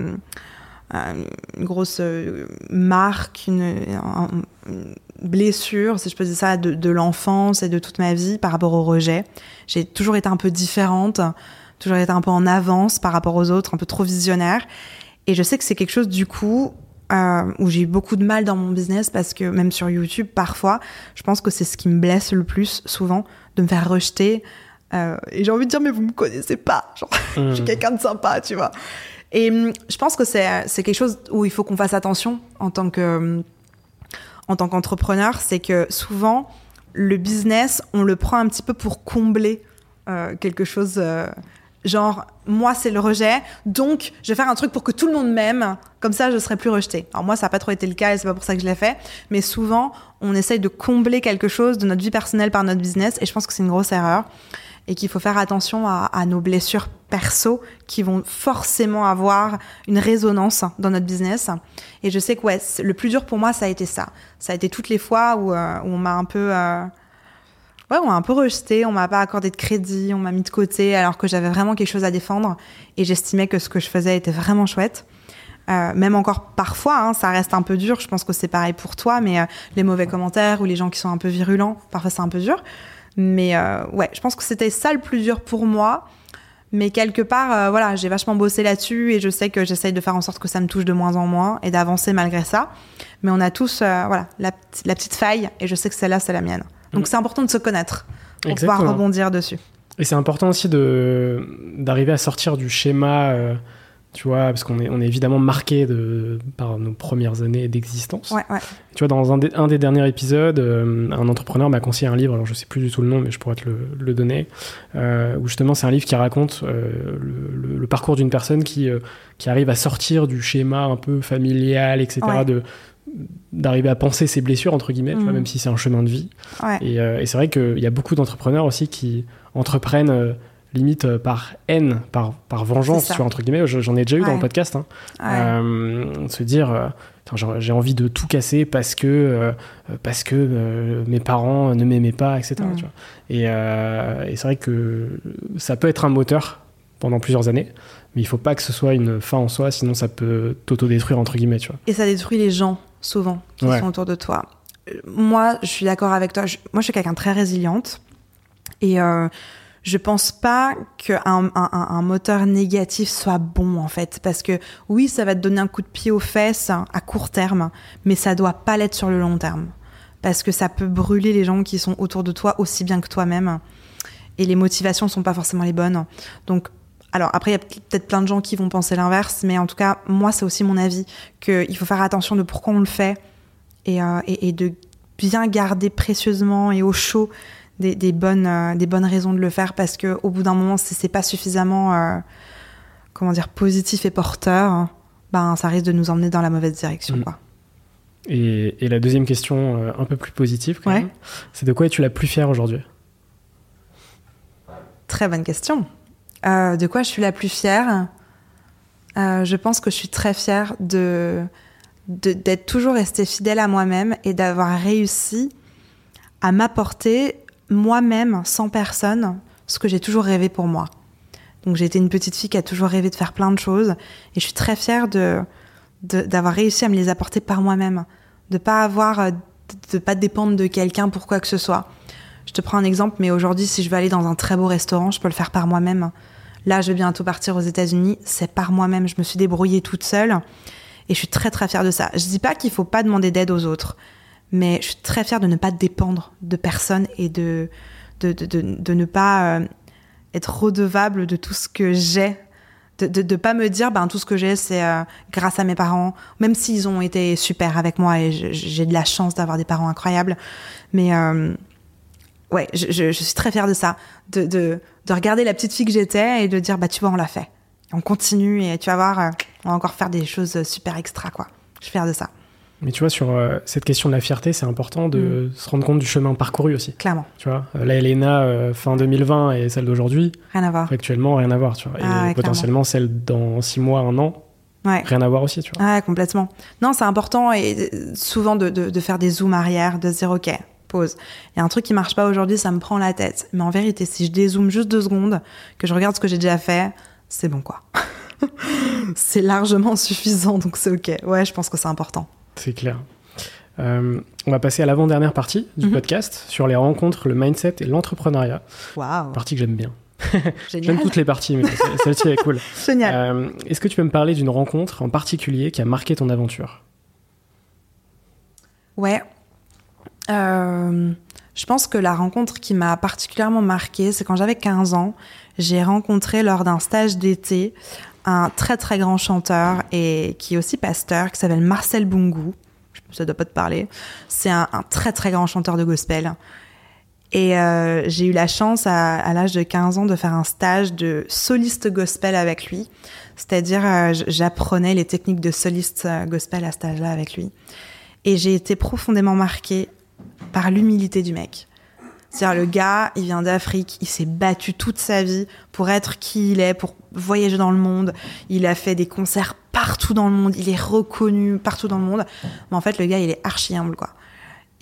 marque, une blessure, si je peux dire ça, de l'enfance et de toute ma vie par rapport au rejet. J'ai toujours été un peu différente, toujours été un peu en avance par rapport aux autres, un peu trop visionnaire. Et je sais que c'est quelque chose, du coup, où j'ai eu beaucoup de mal dans mon business parce que même sur YouTube, parfois, je pense que c'est ce qui me blesse le plus, souvent, de me faire rejeter. Et j'ai envie de dire, mais vous me connaissez pas. Genre, je suis quelqu'un de sympa, tu vois. Et je pense que c'est quelque chose où il faut qu'on fasse attention en tant qu'entrepreneur. C'est que souvent, le business, on le prend un petit peu pour combler quelque chose. Genre, moi, c'est le rejet, donc je vais faire un truc pour que tout le monde m'aime. Comme ça, je serai plus rejetée. Alors moi, ça n'a pas trop été le cas et c'est pas pour ça que je l'ai fait. Mais souvent, on essaye de combler quelque chose de notre vie personnelle par notre business. Et je pense que c'est une grosse erreur. Et qu'il faut faire attention à nos blessures perso qui vont forcément avoir une résonance dans notre business. Et je sais que le plus dur pour moi, ça a été ça. Ça a été toutes les fois où on m'a un peu Ouais, on m'a un peu rejeté, on m'a pas accordé de crédit, on m'a mis de côté alors que j'avais vraiment quelque chose à défendre et j'estimais que ce que je faisais était vraiment chouette. Même encore parfois, ça reste un peu dur, je pense que c'est pareil pour toi, mais les mauvais commentaires ou les gens qui sont un peu virulents, parfois c'est un peu dur. Mais ouais, je pense que c'était ça le plus dur pour moi. Mais quelque part, voilà, j'ai vachement bossé là-dessus et je sais que j'essaye de faire en sorte que ça me touche de moins en moins et d'avancer malgré ça. Mais on a tous voilà, la petite faille et je sais que celle-là, c'est la mienne. Donc c'est important de se connaître pour pouvoir rebondir dessus.
Et c'est important aussi d'arriver à sortir du schéma, tu vois, parce qu'on est évidemment marqué par nos premières années d'existence.
Ouais.
Tu vois, dans un des derniers épisodes, un entrepreneur m'a conseillé un livre, alors je sais plus du tout le nom, mais je pourrais te le donner, où justement c'est un livre qui raconte le parcours d'une personne qui arrive à sortir du schéma un peu familial, etc., d'arriver à penser ses blessures, entre guillemets, tu vois, même si c'est un chemin de vie. Ouais. Et c'est vrai qu'il y a beaucoup d'entrepreneurs aussi qui entreprennent limite par haine, par vengeance, tu vois, entre guillemets. J'en ai déjà eu dans le podcast. Se dire, j'ai envie de tout casser parce que mes parents ne m'aimaient pas, etc. Tu vois. Et c'est vrai que ça peut être un moteur pendant plusieurs années, mais il faut pas que ce soit une fin en soi, sinon ça peut t'autodétruire, entre guillemets, tu vois.
Et ça détruit les gens, souvent, qui sont autour de toi. Moi, je suis d'accord avec toi. Moi, je suis quelqu'un de très résiliente. Et je pense pas qu'un moteur négatif soit bon, en fait. Parce que oui, ça va te donner un coup de pied aux fesses à court terme, mais ça doit pas l'être sur le long terme. Parce que ça peut brûler les gens qui sont autour de toi aussi bien que toi-même. Et les motivations sont pas forcément les bonnes. Donc, alors après, il y a peut-être plein de gens qui vont penser l'inverse, mais en tout cas, moi, c'est aussi mon avis, qu'il faut faire attention de pourquoi on le fait et de bien garder précieusement et au chaud des bonnes raisons de le faire, parce qu'au bout d'un moment, si c'est pas suffisamment positif et porteur, ça risque de nous emmener dans la mauvaise direction. Quoi.
Et la deuxième question, un peu plus positive, quand même, c'est de quoi es-tu la plus fière aujourd'hui ?
Très bonne question. De quoi je suis la plus fière ? Je pense que je suis très fière d'être toujours restée fidèle à moi-même et d'avoir réussi à m'apporter moi-même, sans personne, ce que j'ai toujours rêvé pour moi. Donc j'ai été une petite fille qui a toujours rêvé de faire plein de choses et je suis très fière d'avoir réussi à me les apporter par moi-même, de pas dépendre de quelqu'un pour quoi que ce soit. Je te prends un exemple, mais aujourd'hui, si je veux aller dans un très beau restaurant, je peux le faire par moi-même. Là, je vais bientôt partir aux États-Unis, c'est par moi-même. Je me suis débrouillée toute seule et je suis très, très fière de ça. Je dis pas qu'il faut pas demander d'aide aux autres, mais je suis très fière de ne pas dépendre de personne et de ne pas être redevable de tout ce que j'ai. De pas me dire, tout ce que j'ai, c'est grâce à mes parents, même s'ils ont été super avec moi et j'ai de la chance d'avoir des parents incroyables. Mais ouais, je suis très fière de ça, de regarder la petite fille que j'étais et de dire, tu vois, on l'a fait. On continue et tu vas voir, on va encore faire des choses super extra, quoi. Je suis fière de ça.
Mais tu vois, sur cette question de la fierté, c'est important de se rendre compte du chemin parcouru aussi.
Clairement.
Tu vois, la Elena fin 2020 et celle d'aujourd'hui,
rien à voir.
Actuellement, rien à voir, tu vois. Et potentiellement clairement. Celle dans 6 mois, 1 an, rien à voir aussi, tu vois.
Ouais, complètement. Non, c'est important et souvent de faire des zooms arrière, de se dire, ok, pause. Il y a un truc qui marche pas aujourd'hui, ça me prend la tête. Mais en vérité, si je dézoome juste 2 secondes, que je regarde ce que j'ai déjà fait, c'est bon, quoi. C'est largement suffisant, donc c'est ok. Ouais, je pense que c'est important.
C'est clair. On va passer à l'avant-dernière partie du podcast sur les rencontres, le mindset et l'entrepreneuriat.
Waouh.
Partie que j'aime bien.
Génial.
J'aime toutes les parties, mais celle-ci est cool.
Génial.
Est-ce que tu peux me parler d'une rencontre en particulier qui a marqué ton aventure ?
Ouais. Je pense que la rencontre qui m'a particulièrement marquée, c'est quand j'avais 15 ans. J'ai rencontré lors d'un stage d'été un très très grand chanteur et qui est aussi pasteur, qui s'appelle Marcel Bungu. Ça doit pas te parler. C'est un très très grand chanteur de gospel. Et j'ai eu la chance à l'âge de 15 ans de faire un stage de soliste gospel avec lui. C'est-à-dire j'apprenais les techniques de soliste gospel à cet âge-là avec lui. Et j'ai été profondément marquée par l'humilité du mec. C'est-à-dire le gars, il vient d'Afrique, il s'est battu toute sa vie pour être qui il est, pour voyager dans le monde. Il a fait des concerts partout dans le monde, il est reconnu partout dans le monde. Mais en fait, le gars, il est archi humble, quoi.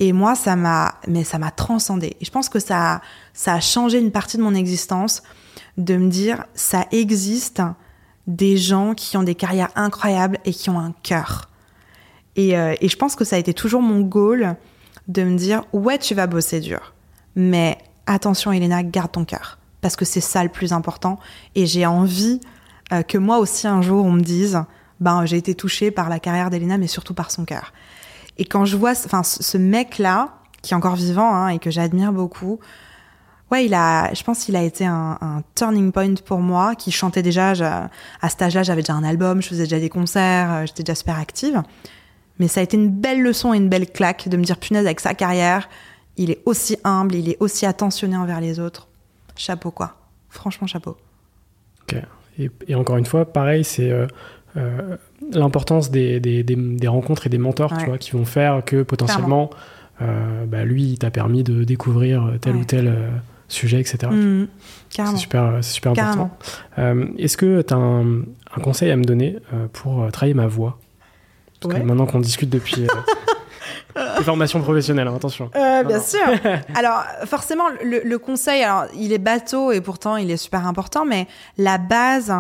Et moi, ça m'a transcendée. Et je pense que ça a changé une partie de mon existence, de me dire, ça existe des gens qui ont des carrières incroyables et qui ont un cœur. Et je pense que ça a été toujours mon goal de me dire, ouais, tu vas bosser dur, mais attention, Elena, garde ton cœur, parce que c'est ça le plus important. Et j'ai envie que moi aussi, un jour, on me dise, j'ai été touchée par la carrière d'Elena, mais surtout par son cœur. Et quand je vois ce mec-là, qui est encore vivant et que j'admire beaucoup, ouais, je pense qu'il a été un turning point pour moi, qui chantait déjà, à cet âge-là, j'avais déjà un album, je faisais déjà des concerts, j'étais déjà super active. Mais ça a été une belle leçon et une belle claque de me dire, punaise, avec sa carrière, il est aussi humble, il est aussi attentionné envers les autres. Chapeau, quoi. Franchement, chapeau.
Ok. Et encore une fois, pareil, c'est l'importance des rencontres et des mentors, tu vois, qui vont faire que potentiellement, lui, il t'a permis de découvrir tel ou tel sujet, etc.
Carrément.
C'est super important. Est-ce que tu as un conseil à me donner pour travailler ma voix ? Parce que maintenant qu'on discute depuis les formations professionnelles, attention.
Bien sûr. Alors, forcément, le conseil, alors, il est bateau et pourtant il est super important, mais la base,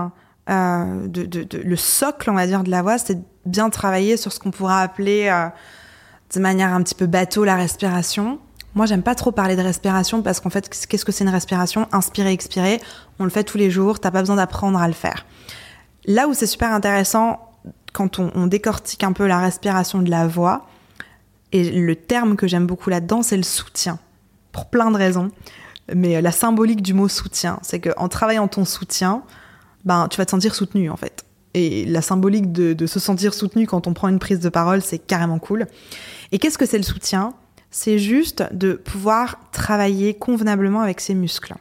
le socle, on va dire, de la voix, c'est de bien travailler sur ce qu'on pourra appeler, de manière un petit peu bateau, la respiration. Moi, j'aime pas trop parler de respiration parce qu'en fait, qu'est-ce que c'est une respiration ? Inspirer, expirer, on le fait tous les jours, t'as pas besoin d'apprendre à le faire. Là où c'est super intéressant, quand on décortique un peu la respiration de la voix, et le terme que j'aime beaucoup là-dedans, c'est le soutien, pour plein de raisons. Mais la symbolique du mot soutien, c'est qu'en travaillant ton soutien, tu vas te sentir soutenu, en fait. Et la symbolique de se sentir soutenu quand on prend une prise de parole, c'est carrément cool. Et qu'est-ce que c'est le soutien ? C'est juste de pouvoir travailler convenablement avec ses muscles.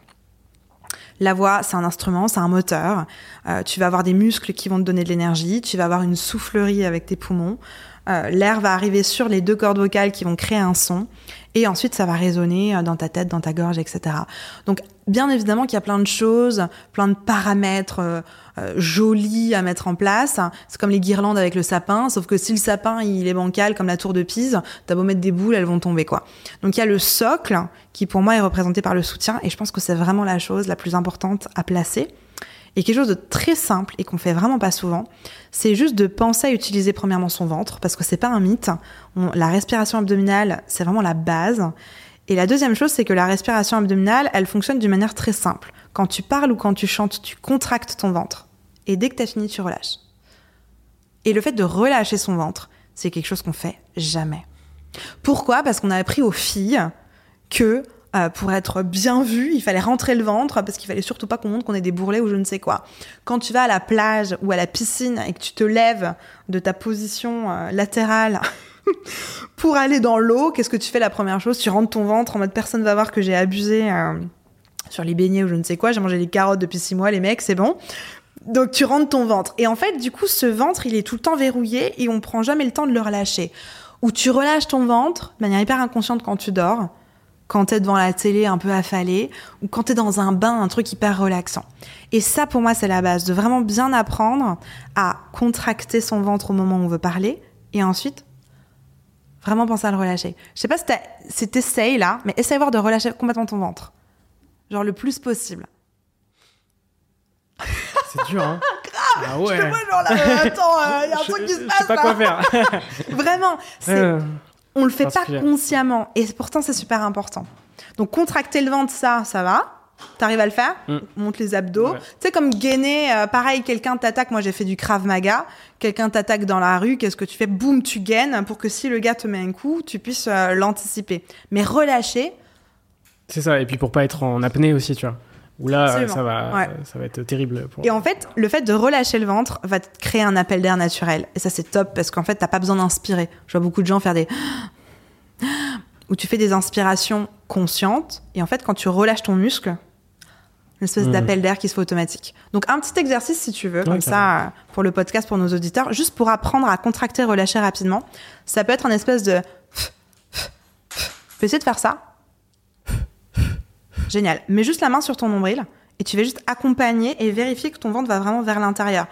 La voix, c'est un instrument, c'est un moteur. Tu vas avoir des muscles qui vont te donner de l'énergie. Tu vas avoir une soufflerie avec tes poumons. L'air va arriver sur les 2 cordes vocales qui vont créer un son. Et ensuite, ça va résonner dans ta tête, dans ta gorge, etc. Donc, bien évidemment qu'il y a plein de choses, plein de paramètres jolis à mettre en place. C'est comme les guirlandes avec le sapin, sauf que si le sapin, il est bancal, comme la tour de Pise, t'as beau mettre des boules, elles vont tomber, quoi. Donc, il y a le socle, qui pour moi est représenté par le soutien, et je pense que c'est vraiment la chose la plus importante à placer. Et quelque chose de très simple, et qu'on fait vraiment pas souvent, c'est juste de penser à utiliser premièrement son ventre, parce que c'est pas un mythe. La respiration abdominale, c'est vraiment la base. Et la deuxième chose, c'est que la respiration abdominale, elle fonctionne d'une manière très simple. Quand tu parles ou quand tu chantes, tu contractes ton ventre. Et dès que tu as fini, tu relâches. Et le fait de relâcher son ventre, c'est quelque chose qu'on fait jamais. Pourquoi ? Parce qu'on a appris aux filles que pour être bien vue, il fallait rentrer le ventre, parce qu'il fallait surtout pas qu'on montre qu'on est des bourrelets ou je ne sais quoi. Quand tu vas à la plage ou à la piscine et que tu te lèves de ta position latérale pour aller dans l'eau, qu'est-ce que tu fais la première chose ? Tu rentres ton ventre en mode personne va voir que j'ai abusé sur les beignets ou je ne sais quoi, j'ai mangé les carottes depuis 6 mois, les mecs, c'est bon. Donc tu rentres ton ventre. Et en fait, du coup, ce ventre, il est tout le temps verrouillé et on prend jamais le temps de le relâcher. Ou tu relâches ton ventre de manière hyper inconsciente quand tu dors, quand t'es devant la télé un peu affalée, ou quand t'es dans un bain, un truc hyper relaxant. Et ça, pour moi, c'est la base, de vraiment bien apprendre à contracter son ventre au moment où on veut parler, et ensuite, vraiment penser à le relâcher. Je sais pas si t'essayes là, mais essaye voir de relâcher complètement ton ventre. Genre le plus possible.
C'est dur, hein.
Grave. Ah ouais. Je te vois genre là, attends, y a un truc qui se passe.
Je sais pas quoi faire.
Vraiment, on le fait pas consciemment, et pourtant c'est super important. Donc contracter le ventre, ça va. T'arrives à le faire, monte les abdos. Ouais. Tu sais, comme gainer, pareil, quelqu'un t'attaque. Moi, j'ai fait du Krav Maga. Quelqu'un t'attaque dans la rue, qu'est-ce que tu fais ? Boum, tu gaines pour que si le gars te met un coup, tu puisses l'anticiper. Mais relâcher.
C'est ça, et puis pour pas être en apnée aussi, tu vois. Où là, ça va être terrible.
Et en fait, le fait de relâcher le ventre va te créer un appel d'air naturel. Et ça, c'est top, parce qu'en fait, t'as pas besoin d'inspirer. Je vois beaucoup de gens faire des... où tu fais des inspirations conscientes. Et en fait, quand tu relâches ton muscle, une espèce d'appel d'air qui se fait automatique. Donc, un petit exercice, si tu veux, comme ça, pour le podcast, pour nos auditeurs, juste pour apprendre à contracter, relâcher rapidement. Ça peut être un espèce de... Tu peux essayer de faire ça. Génial. Mets juste la main sur ton nombril et tu vas juste accompagner et vérifier que ton ventre va vraiment vers l'intérieur.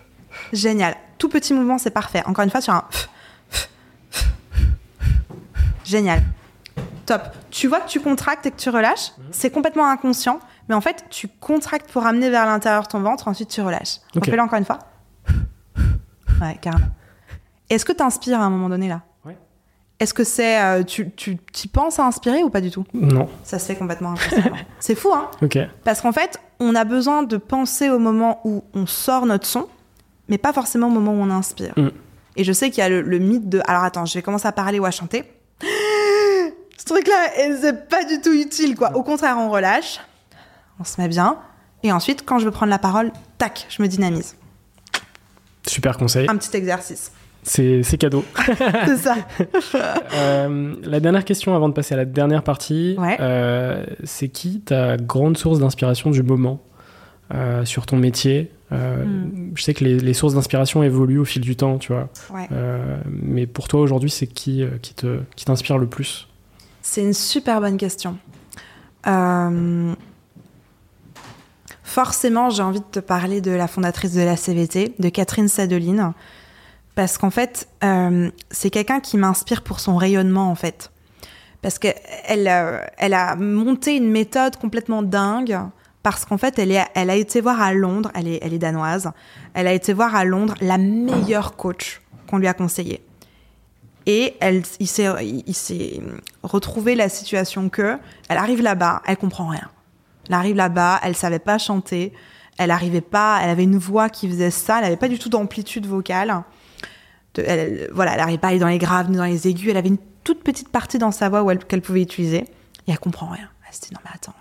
Génial. Tout petit mouvement, c'est parfait. Encore une fois, sur un... Génial. Top. Tu vois que tu contractes et que tu relâches, c'est complètement inconscient, mais en fait, tu contractes pour amener vers l'intérieur ton ventre, ensuite tu relâches.
Okay.
On fait-le encore une fois. Ouais, carrément. Est-ce que tu inspires à un moment donné, là ?
Ouais.
Est-ce que c'est... tu penses à inspirer ou pas du tout ?
Non.
Ça se fait complètement inconsciemment. C'est fou, hein ?
Ok.
Parce qu'en fait, on a besoin de penser au moment où on sort notre son, mais pas forcément au moment où on inspire. Et je sais qu'il y a le mythe de... Alors attends, je vais commencer à parler ou à chanter. Ce truc-là, c'est pas du tout utile, quoi. Au contraire, on relâche, on se met bien, et ensuite, quand je veux prendre la parole, tac, je me dynamise.
Super conseil.
Un petit exercice.
C'est cadeau.
C'est ça.
La dernière question avant de passer à la dernière partie, c'est qui ta grande source d'inspiration du moment sur ton métier ? Je sais que les sources d'inspiration évoluent au fil du temps, tu vois.
Ouais.
Mais pour toi, aujourd'hui, c'est qui t'inspire le plus ?
C'est une super bonne question. Forcément, j'ai envie de te parler de la fondatrice de la CVT, de Catherine Sadoline, parce qu'en fait, c'est quelqu'un qui m'inspire pour son rayonnement, en fait. Parce qu'elle a monté une méthode complètement dingue, parce qu'en fait, elle a été voir à Londres, elle est danoise, elle a été voir à Londres la meilleure coach qu'on lui a conseillée. Et il s'est retrouvé la situation que elle arrive là-bas, elle comprend rien. Elle arrive là-bas, elle savait pas chanter, elle avait une voix qui faisait ça, elle avait pas du tout d'amplitude vocale. Elle arrivait pas à aller dans les graves ni dans les aigus, elle avait une toute petite partie dans sa voix qu'elle pouvait utiliser et elle comprend rien. Elle se dit non mais attends.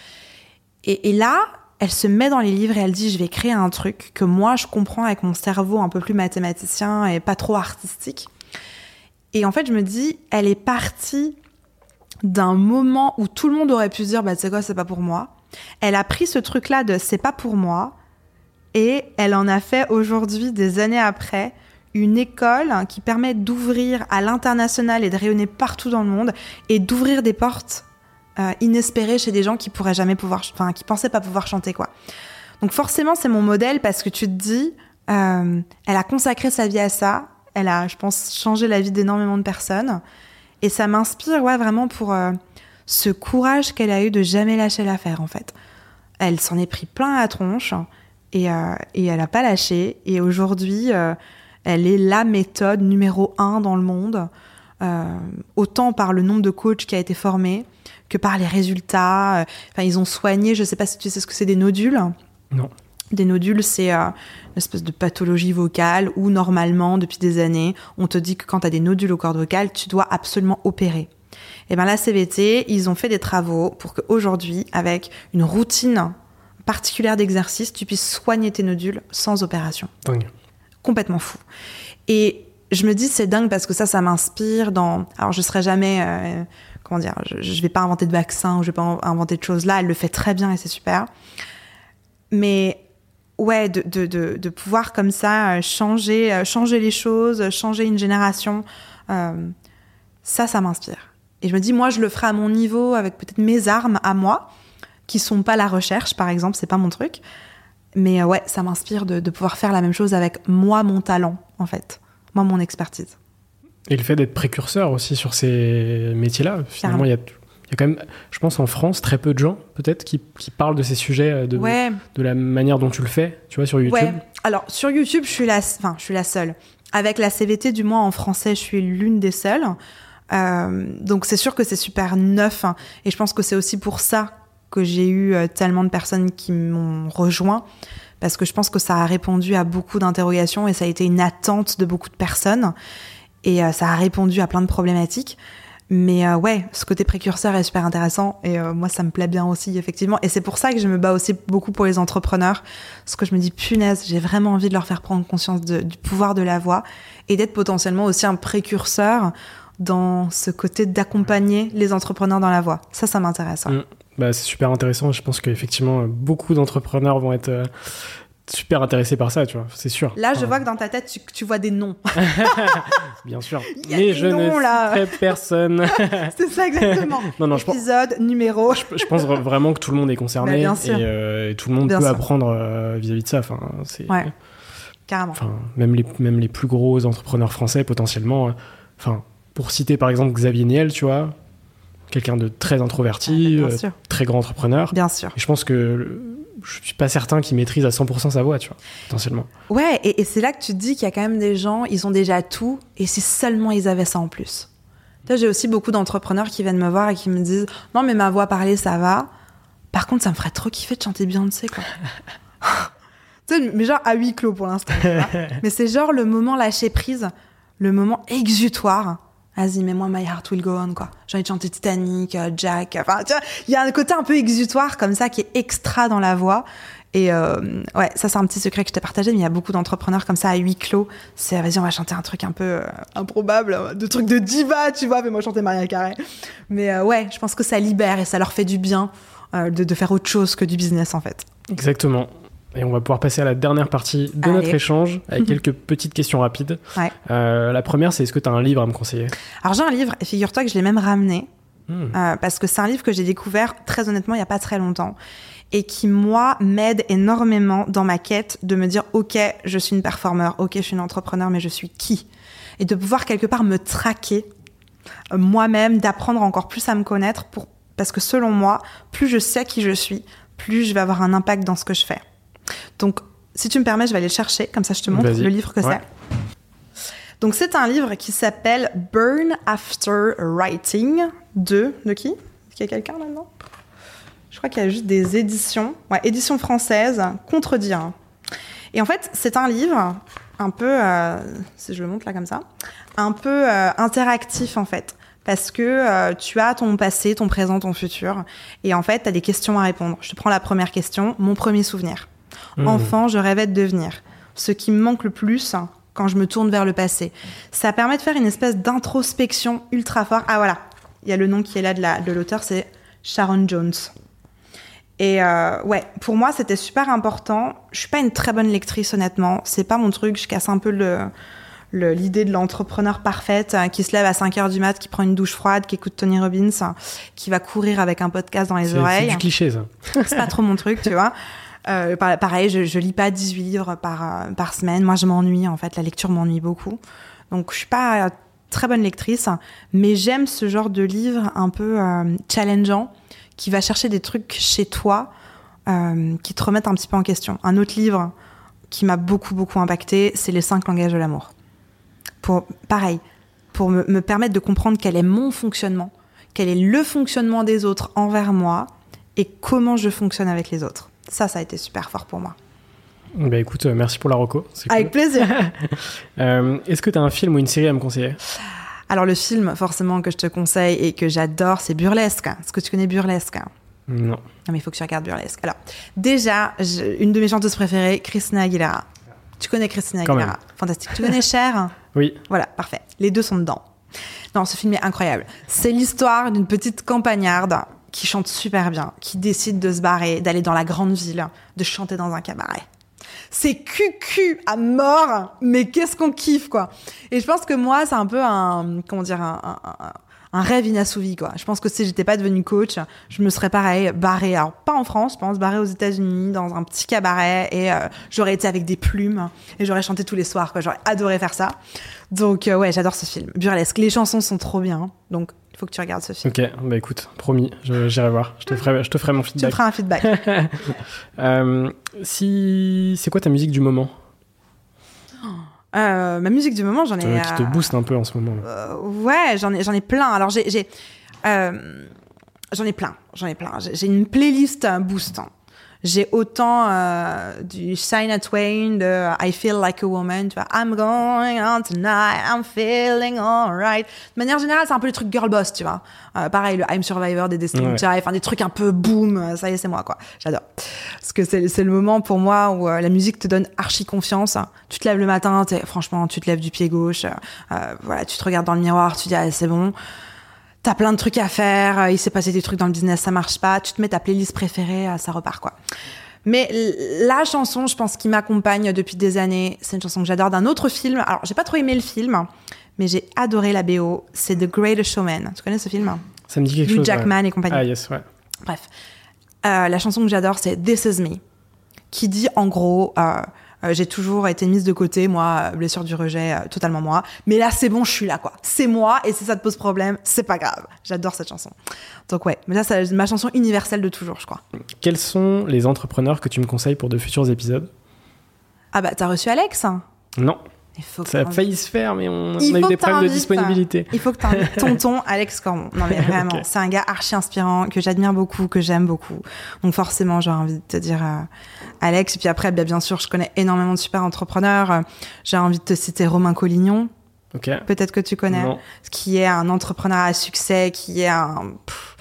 Et là, elle se met dans les livres et elle dit je vais créer un truc que moi je comprends avec mon cerveau un peu plus mathématicien et pas trop artistique. Et en fait, je me dis, elle est partie d'un moment où tout le monde aurait pu se dire, bah, tu sais quoi, c'est pas pour moi. Elle a pris ce truc-là de c'est pas pour moi et elle en a fait aujourd'hui, des années après, une école qui permet d'ouvrir à l'international et de rayonner partout dans le monde et d'ouvrir des portes inespérées chez des gens qui pourraient jamais qui pensaient pas pouvoir chanter, quoi. Donc forcément, c'est mon modèle parce que tu te dis, elle a consacré sa vie à ça. Elle a, je pense, changé la vie d'énormément de personnes. Et ça m'inspire, vraiment pour ce courage qu'elle a eu de jamais lâcher l'affaire, en fait. Elle s'en est pris plein à la tronche et elle n'a pas lâché. Et aujourd'hui, elle est la méthode numéro 1 dans le monde, autant par le nombre de coachs qui a été formé que par les résultats. Ils ont soigné, je ne sais pas si tu sais ce que c'est, des nodules.
Non.
Des nodules, c'est une espèce de pathologie vocale où, normalement, depuis des années, on te dit que quand tu as des nodules aux cordes vocales, tu dois absolument opérer. Et bien, la CVT, ils ont fait des travaux pour qu'aujourd'hui, avec une routine particulière d'exercice, tu puisses soigner tes nodules sans opération.
Dingue.
Complètement fou. Et je me dis, c'est dingue parce que ça m'inspire dans... Alors, je serai jamais... je vais pas inventer de vaccin ou je vais pas inventer de choses là. Elle le fait très bien et c'est super. Mais... ouais, de pouvoir comme ça changer les choses, changer une génération, ça m'inspire. Et je me dis, moi, je le ferai à mon niveau, avec peut-être mes armes à moi, qui sont pas la recherche, par exemple, c'est pas mon truc. Mais ouais, ça m'inspire de pouvoir faire la même chose avec moi, mon talent, en fait. Moi, mon expertise.
Et le fait d'être précurseur aussi sur ces métiers-là, finalement, il y a quand même, je pense, en France, très peu de gens, peut-être, qui parlent de ces sujets, de la manière dont tu le fais, tu vois, sur YouTube.
Ouais. Alors, sur YouTube, je suis la seule. Avec la CVT, du moins en français, je suis l'une des seules. Donc, c'est sûr que c'est super neuf. Hein, et je pense que c'est aussi pour ça que j'ai eu tellement de personnes qui m'ont rejoint. Parce que je pense que ça a répondu à beaucoup d'interrogations et ça a été une attente de beaucoup de personnes. Et ça a répondu à plein de problématiques. Mais ce côté précurseur est super intéressant et moi ça me plaît bien aussi, effectivement, et c'est pour ça que je me bats aussi beaucoup pour les entrepreneurs, parce que je me dis punaise, j'ai vraiment envie de leur faire prendre conscience du pouvoir de la voix et d'être potentiellement aussi un précurseur dans ce côté d'accompagner les entrepreneurs dans la voix. Ça m'intéresse.
C'est super intéressant. Je pense qu'effectivement beaucoup d'entrepreneurs vont être super intéressé par ça, tu vois, c'est sûr.
Là, je vois que dans ta tête, tu vois des noms.
Bien sûr. Mais je ne citerai personne.
C'est ça, exactement.
Non,
épisode, numéro.
Je pense vraiment que tout le monde est concerné.
Bien sûr.
Et tout le monde peut apprendre vis-à-vis de ça. Enfin,
carrément.
Même les plus gros entrepreneurs français, potentiellement, Pour citer par exemple Xavier Niel, tu vois, quelqu'un de très introverti, très grand entrepreneur.
Bien sûr.
Et je pense que je suis pas certain qu'il maîtrise à 100% sa voix, tu vois, potentiellement.
Ouais, et c'est là que tu te dis qu'il y a quand même des gens, ils ont déjà tout, et si seulement ils avaient ça en plus. Tu vois, j'ai aussi beaucoup d'entrepreneurs qui viennent me voir et qui me disent « Non, mais ma voix parlée, ça va. Par contre, ça me ferait trop kiffer de chanter Beyoncé, quoi. » Tu sais, mais genre à huis clos pour l'instant. Mais c'est genre le moment lâcher prise, le moment exutoire. Vas-y, mets-moi My Heart Will Go On, quoi. J'ai envie de chanter Titanic, Jack. Enfin, tu vois, il y a un côté un peu exutoire comme ça qui est extra dans la voix. Et ouais, ça c'est un petit secret que je t'ai partagé, mais il y a beaucoup d'entrepreneurs comme ça à huis clos. C'est vas-y, on va chanter un truc un peu improbable, de trucs de diva, tu vois, mais moi chanter Maria Carey. Mais ouais, je pense que ça libère et ça leur fait du bien de faire autre chose que du business en fait.
Exactement. Et on va pouvoir passer à la dernière partie de notre échange avec quelques petites questions rapides. Ouais. La première, c'est est-ce que tu as un livre à me conseiller ?
Alors j'ai un livre, et figure-toi que je l'ai même ramené, parce que c'est un livre que j'ai découvert très honnêtement il n'y a pas très longtemps, et qui, moi, m'aide énormément dans ma quête de me dire « Ok, je suis une performeur, ok, je suis une entrepreneur, mais je suis qui ?» Et de pouvoir quelque part me traquer moi-même, d'apprendre encore plus à me connaître, parce que selon moi, plus je sais qui je suis, plus je vais avoir un impact dans ce que je fais. Donc, si tu me permets, je vais aller le chercher, comme ça je te montre le livre que c'est. Donc, c'est un livre qui s'appelle « Burn After Writing » de qui ? Est-ce qu'il y a quelqu'un là-dedans ? Je crois qu'il y a juste des éditions. Ouais, édition française, Contredire. Et en fait, c'est un livre un peu, si je le montre là comme ça, un peu interactif en fait. Parce que tu as ton passé, ton présent, ton futur. Et en fait, tu as des questions à répondre. Je te prends la première question. Mon premier souvenir. Enfant, je rêvais de devenir. Ce qui me manque le plus quand je me tourne vers le passé. Ça permet de faire une espèce d'introspection ultra forte. Ah voilà, il y a le nom qui est là de l'auteur, c'est Sharon Jones. Et ouais, pour moi, c'était super important. Je suis pas une très bonne lectrice, honnêtement. C'est pas mon truc. Je casse un peu l'idée de l'entrepreneur parfaite qui se lève à 5h du mat, qui prend une douche froide, qui écoute Tony Robbins, qui va courir avec un podcast dans les oreilles.
C'est du cliché, ça.
C'est pas trop mon truc, tu vois. Pareil, je lis pas 18 livres par semaine. Moi, je m'ennuie, en fait. La lecture m'ennuie beaucoup. Donc, je suis pas très bonne lectrice, mais j'aime ce genre de livre un peu challengeant, qui va chercher des trucs chez toi, qui te remettent un petit peu en question. Un autre livre qui m'a beaucoup, beaucoup impacté, c'est Les 5 langages de l'amour. Pour me permettre de comprendre quel est mon fonctionnement, quel est le fonctionnement des autres envers moi, et comment je fonctionne avec les autres. Ça a été super fort pour moi.
Bah écoute, merci pour la reco. C'est
avec cool. Plaisir.
Est-ce que tu as un film ou une série à me conseiller ?
Alors le film, forcément, que je te conseille et que j'adore, c'est Burlesque. Est-ce que tu connais Burlesque ?
Non.
Non, mais il faut que tu regardes Burlesque. Alors, déjà, une de mes chanteuses préférées, Christina Aguilera. Tu connais Christina Aguilera ? Fantastique. Tu connais Cher ?
Oui.
Voilà, parfait. Les deux sont dedans. Non, ce film est incroyable. C'est l'histoire d'une petite campagnarde qui chante super bien, qui décide de se barrer, d'aller dans la grande ville, de chanter dans un cabaret. C'est cucu à mort, mais qu'est-ce qu'on kiffe, quoi. Et je pense que moi, c'est un peu un rêve inassouvi, quoi. Je pense que si j'étais pas devenue coach, je me serais pareil barrée, alors pas en France, je pense, barrée aux États-Unis dans un petit cabaret et j'aurais été avec des plumes et j'aurais chanté tous les soirs, quoi. J'aurais adoré faire ça. Donc ouais, j'adore ce film. Burlesque, les chansons sont trop bien, donc il faut que tu regardes ce film.
Ok, bah écoute, promis, j'irai voir. Je te ferai mon feedback.
Tu me feras un feedback.
C'est quoi ta musique du moment ?
Ma musique du moment, j'en ai...
Qui te booste un peu en ce moment.
Ouais, j'en ai plein. Alors, j'en ai plein. J'ai une playlist boost. J'ai autant du Shania Twain, de I Feel Like a Woman, tu vois, I'm going on tonight, I'm feeling alright. De manière générale, c'est un peu les trucs girl boss, tu vois. Pareil, le I'm Survivor des Destiny Child, enfin des trucs un peu boom, ça y est, c'est moi, quoi. J'adore. Parce que c'est le moment pour moi où la musique te donne archi confiance. Tu te lèves le matin, franchement, tu te lèves du pied gauche, voilà, tu te regardes dans le miroir, tu dis, ah, c'est bon. T'as plein de trucs à faire, il s'est passé des trucs dans le business, ça marche pas, tu te mets ta playlist préférée, ça repart, quoi. Mais la chanson, je pense, qui m'accompagne depuis des années, c'est une chanson que j'adore d'un autre film. Alors, j'ai pas trop aimé le film, mais j'ai adoré la BO. C'est The Greatest Showman. Tu connais ce film ?
Ça me dit quelque chose.
Hugh Jackman et compagnie.
Ah, yes, ouais.
Bref. La chanson que j'adore, c'est This Is Me, qui dit, en gros, J'ai toujours été mise de côté, moi, blessure du rejet, totalement moi. Mais là, c'est bon, je suis là, quoi. C'est moi, et si ça te pose problème, c'est pas grave. J'adore cette chanson. Donc ouais, mais là, c'est ma chanson universelle de toujours, je crois.
Quels sont les entrepreneurs que tu me conseilles pour de futurs épisodes ?
Ah bah, t'as reçu Alex ?
Non. Ça a failli se faire, mais on a eu des problèmes de disponibilité.
Il faut que t'invites tonton Alex Cormon. Non mais vraiment, okay. C'est un gars archi inspirant, que j'admire beaucoup, que j'aime beaucoup. Donc forcément, j'ai envie de te dire Alex. Et puis après, bien sûr, je connais énormément de super entrepreneurs. J'ai envie de te citer Romain Collignon.
Okay.
Peut-être que tu connais.
Non.
Qui est un entrepreneur à succès, qui est un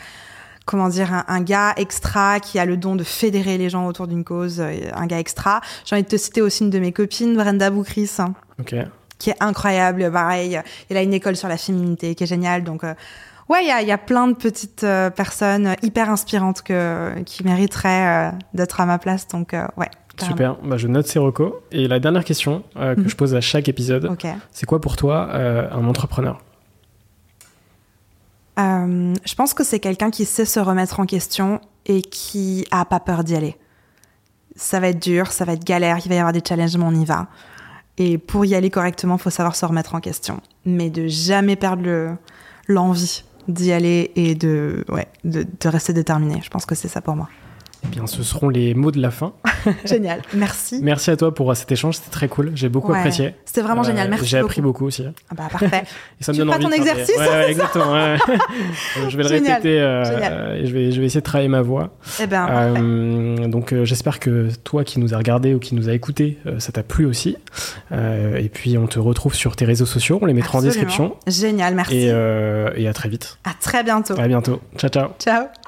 gars extra, qui a le don de fédérer les gens autour d'une cause, un gars extra. J'ai envie de te citer aussi une de mes copines, Brenda Boukris, qui est incroyable, pareil. Elle a une école sur la féminité qui est géniale. Donc, ouais, il y a plein de petites personnes hyper inspirantes qui mériteraient d'être à ma place. Donc, ouais.
Super, je note ces recos. Et la dernière question que je pose à chaque épisode, c'est quoi pour toi un entrepreneur ?
Je pense que c'est quelqu'un qui sait se remettre en question et qui a pas peur d'y aller. Ça va être dur, ça va être galère, il va y avoir des challenges, mais on y va. Et pour y aller correctement, il faut savoir se remettre en question. Mais de jamais perdre l'envie d'y aller et de rester déterminé. Je pense que c'est ça pour moi.
Eh bien, ce seront les mots de la fin.
Génial, merci.
Merci à toi pour cet échange, c'était très cool. J'ai beaucoup apprécié.
C'était vraiment génial, merci.
J'ai appris beaucoup aussi.
Ah bah parfait.
Et ça me
tu
donne
fais
envie
ton exercice
exactement. Ouais. Je vais le répéter et je vais essayer de travailler ma voix.
Eh ben,
donc j'espère que toi qui nous as regardé ou qui nous a écouté, ça t'a plu aussi. Et puis on te retrouve sur tes réseaux sociaux, on les mettra en description.
Génial, merci.
Et à très vite.
À très bientôt.
À bientôt. Ciao, ciao.
Ciao.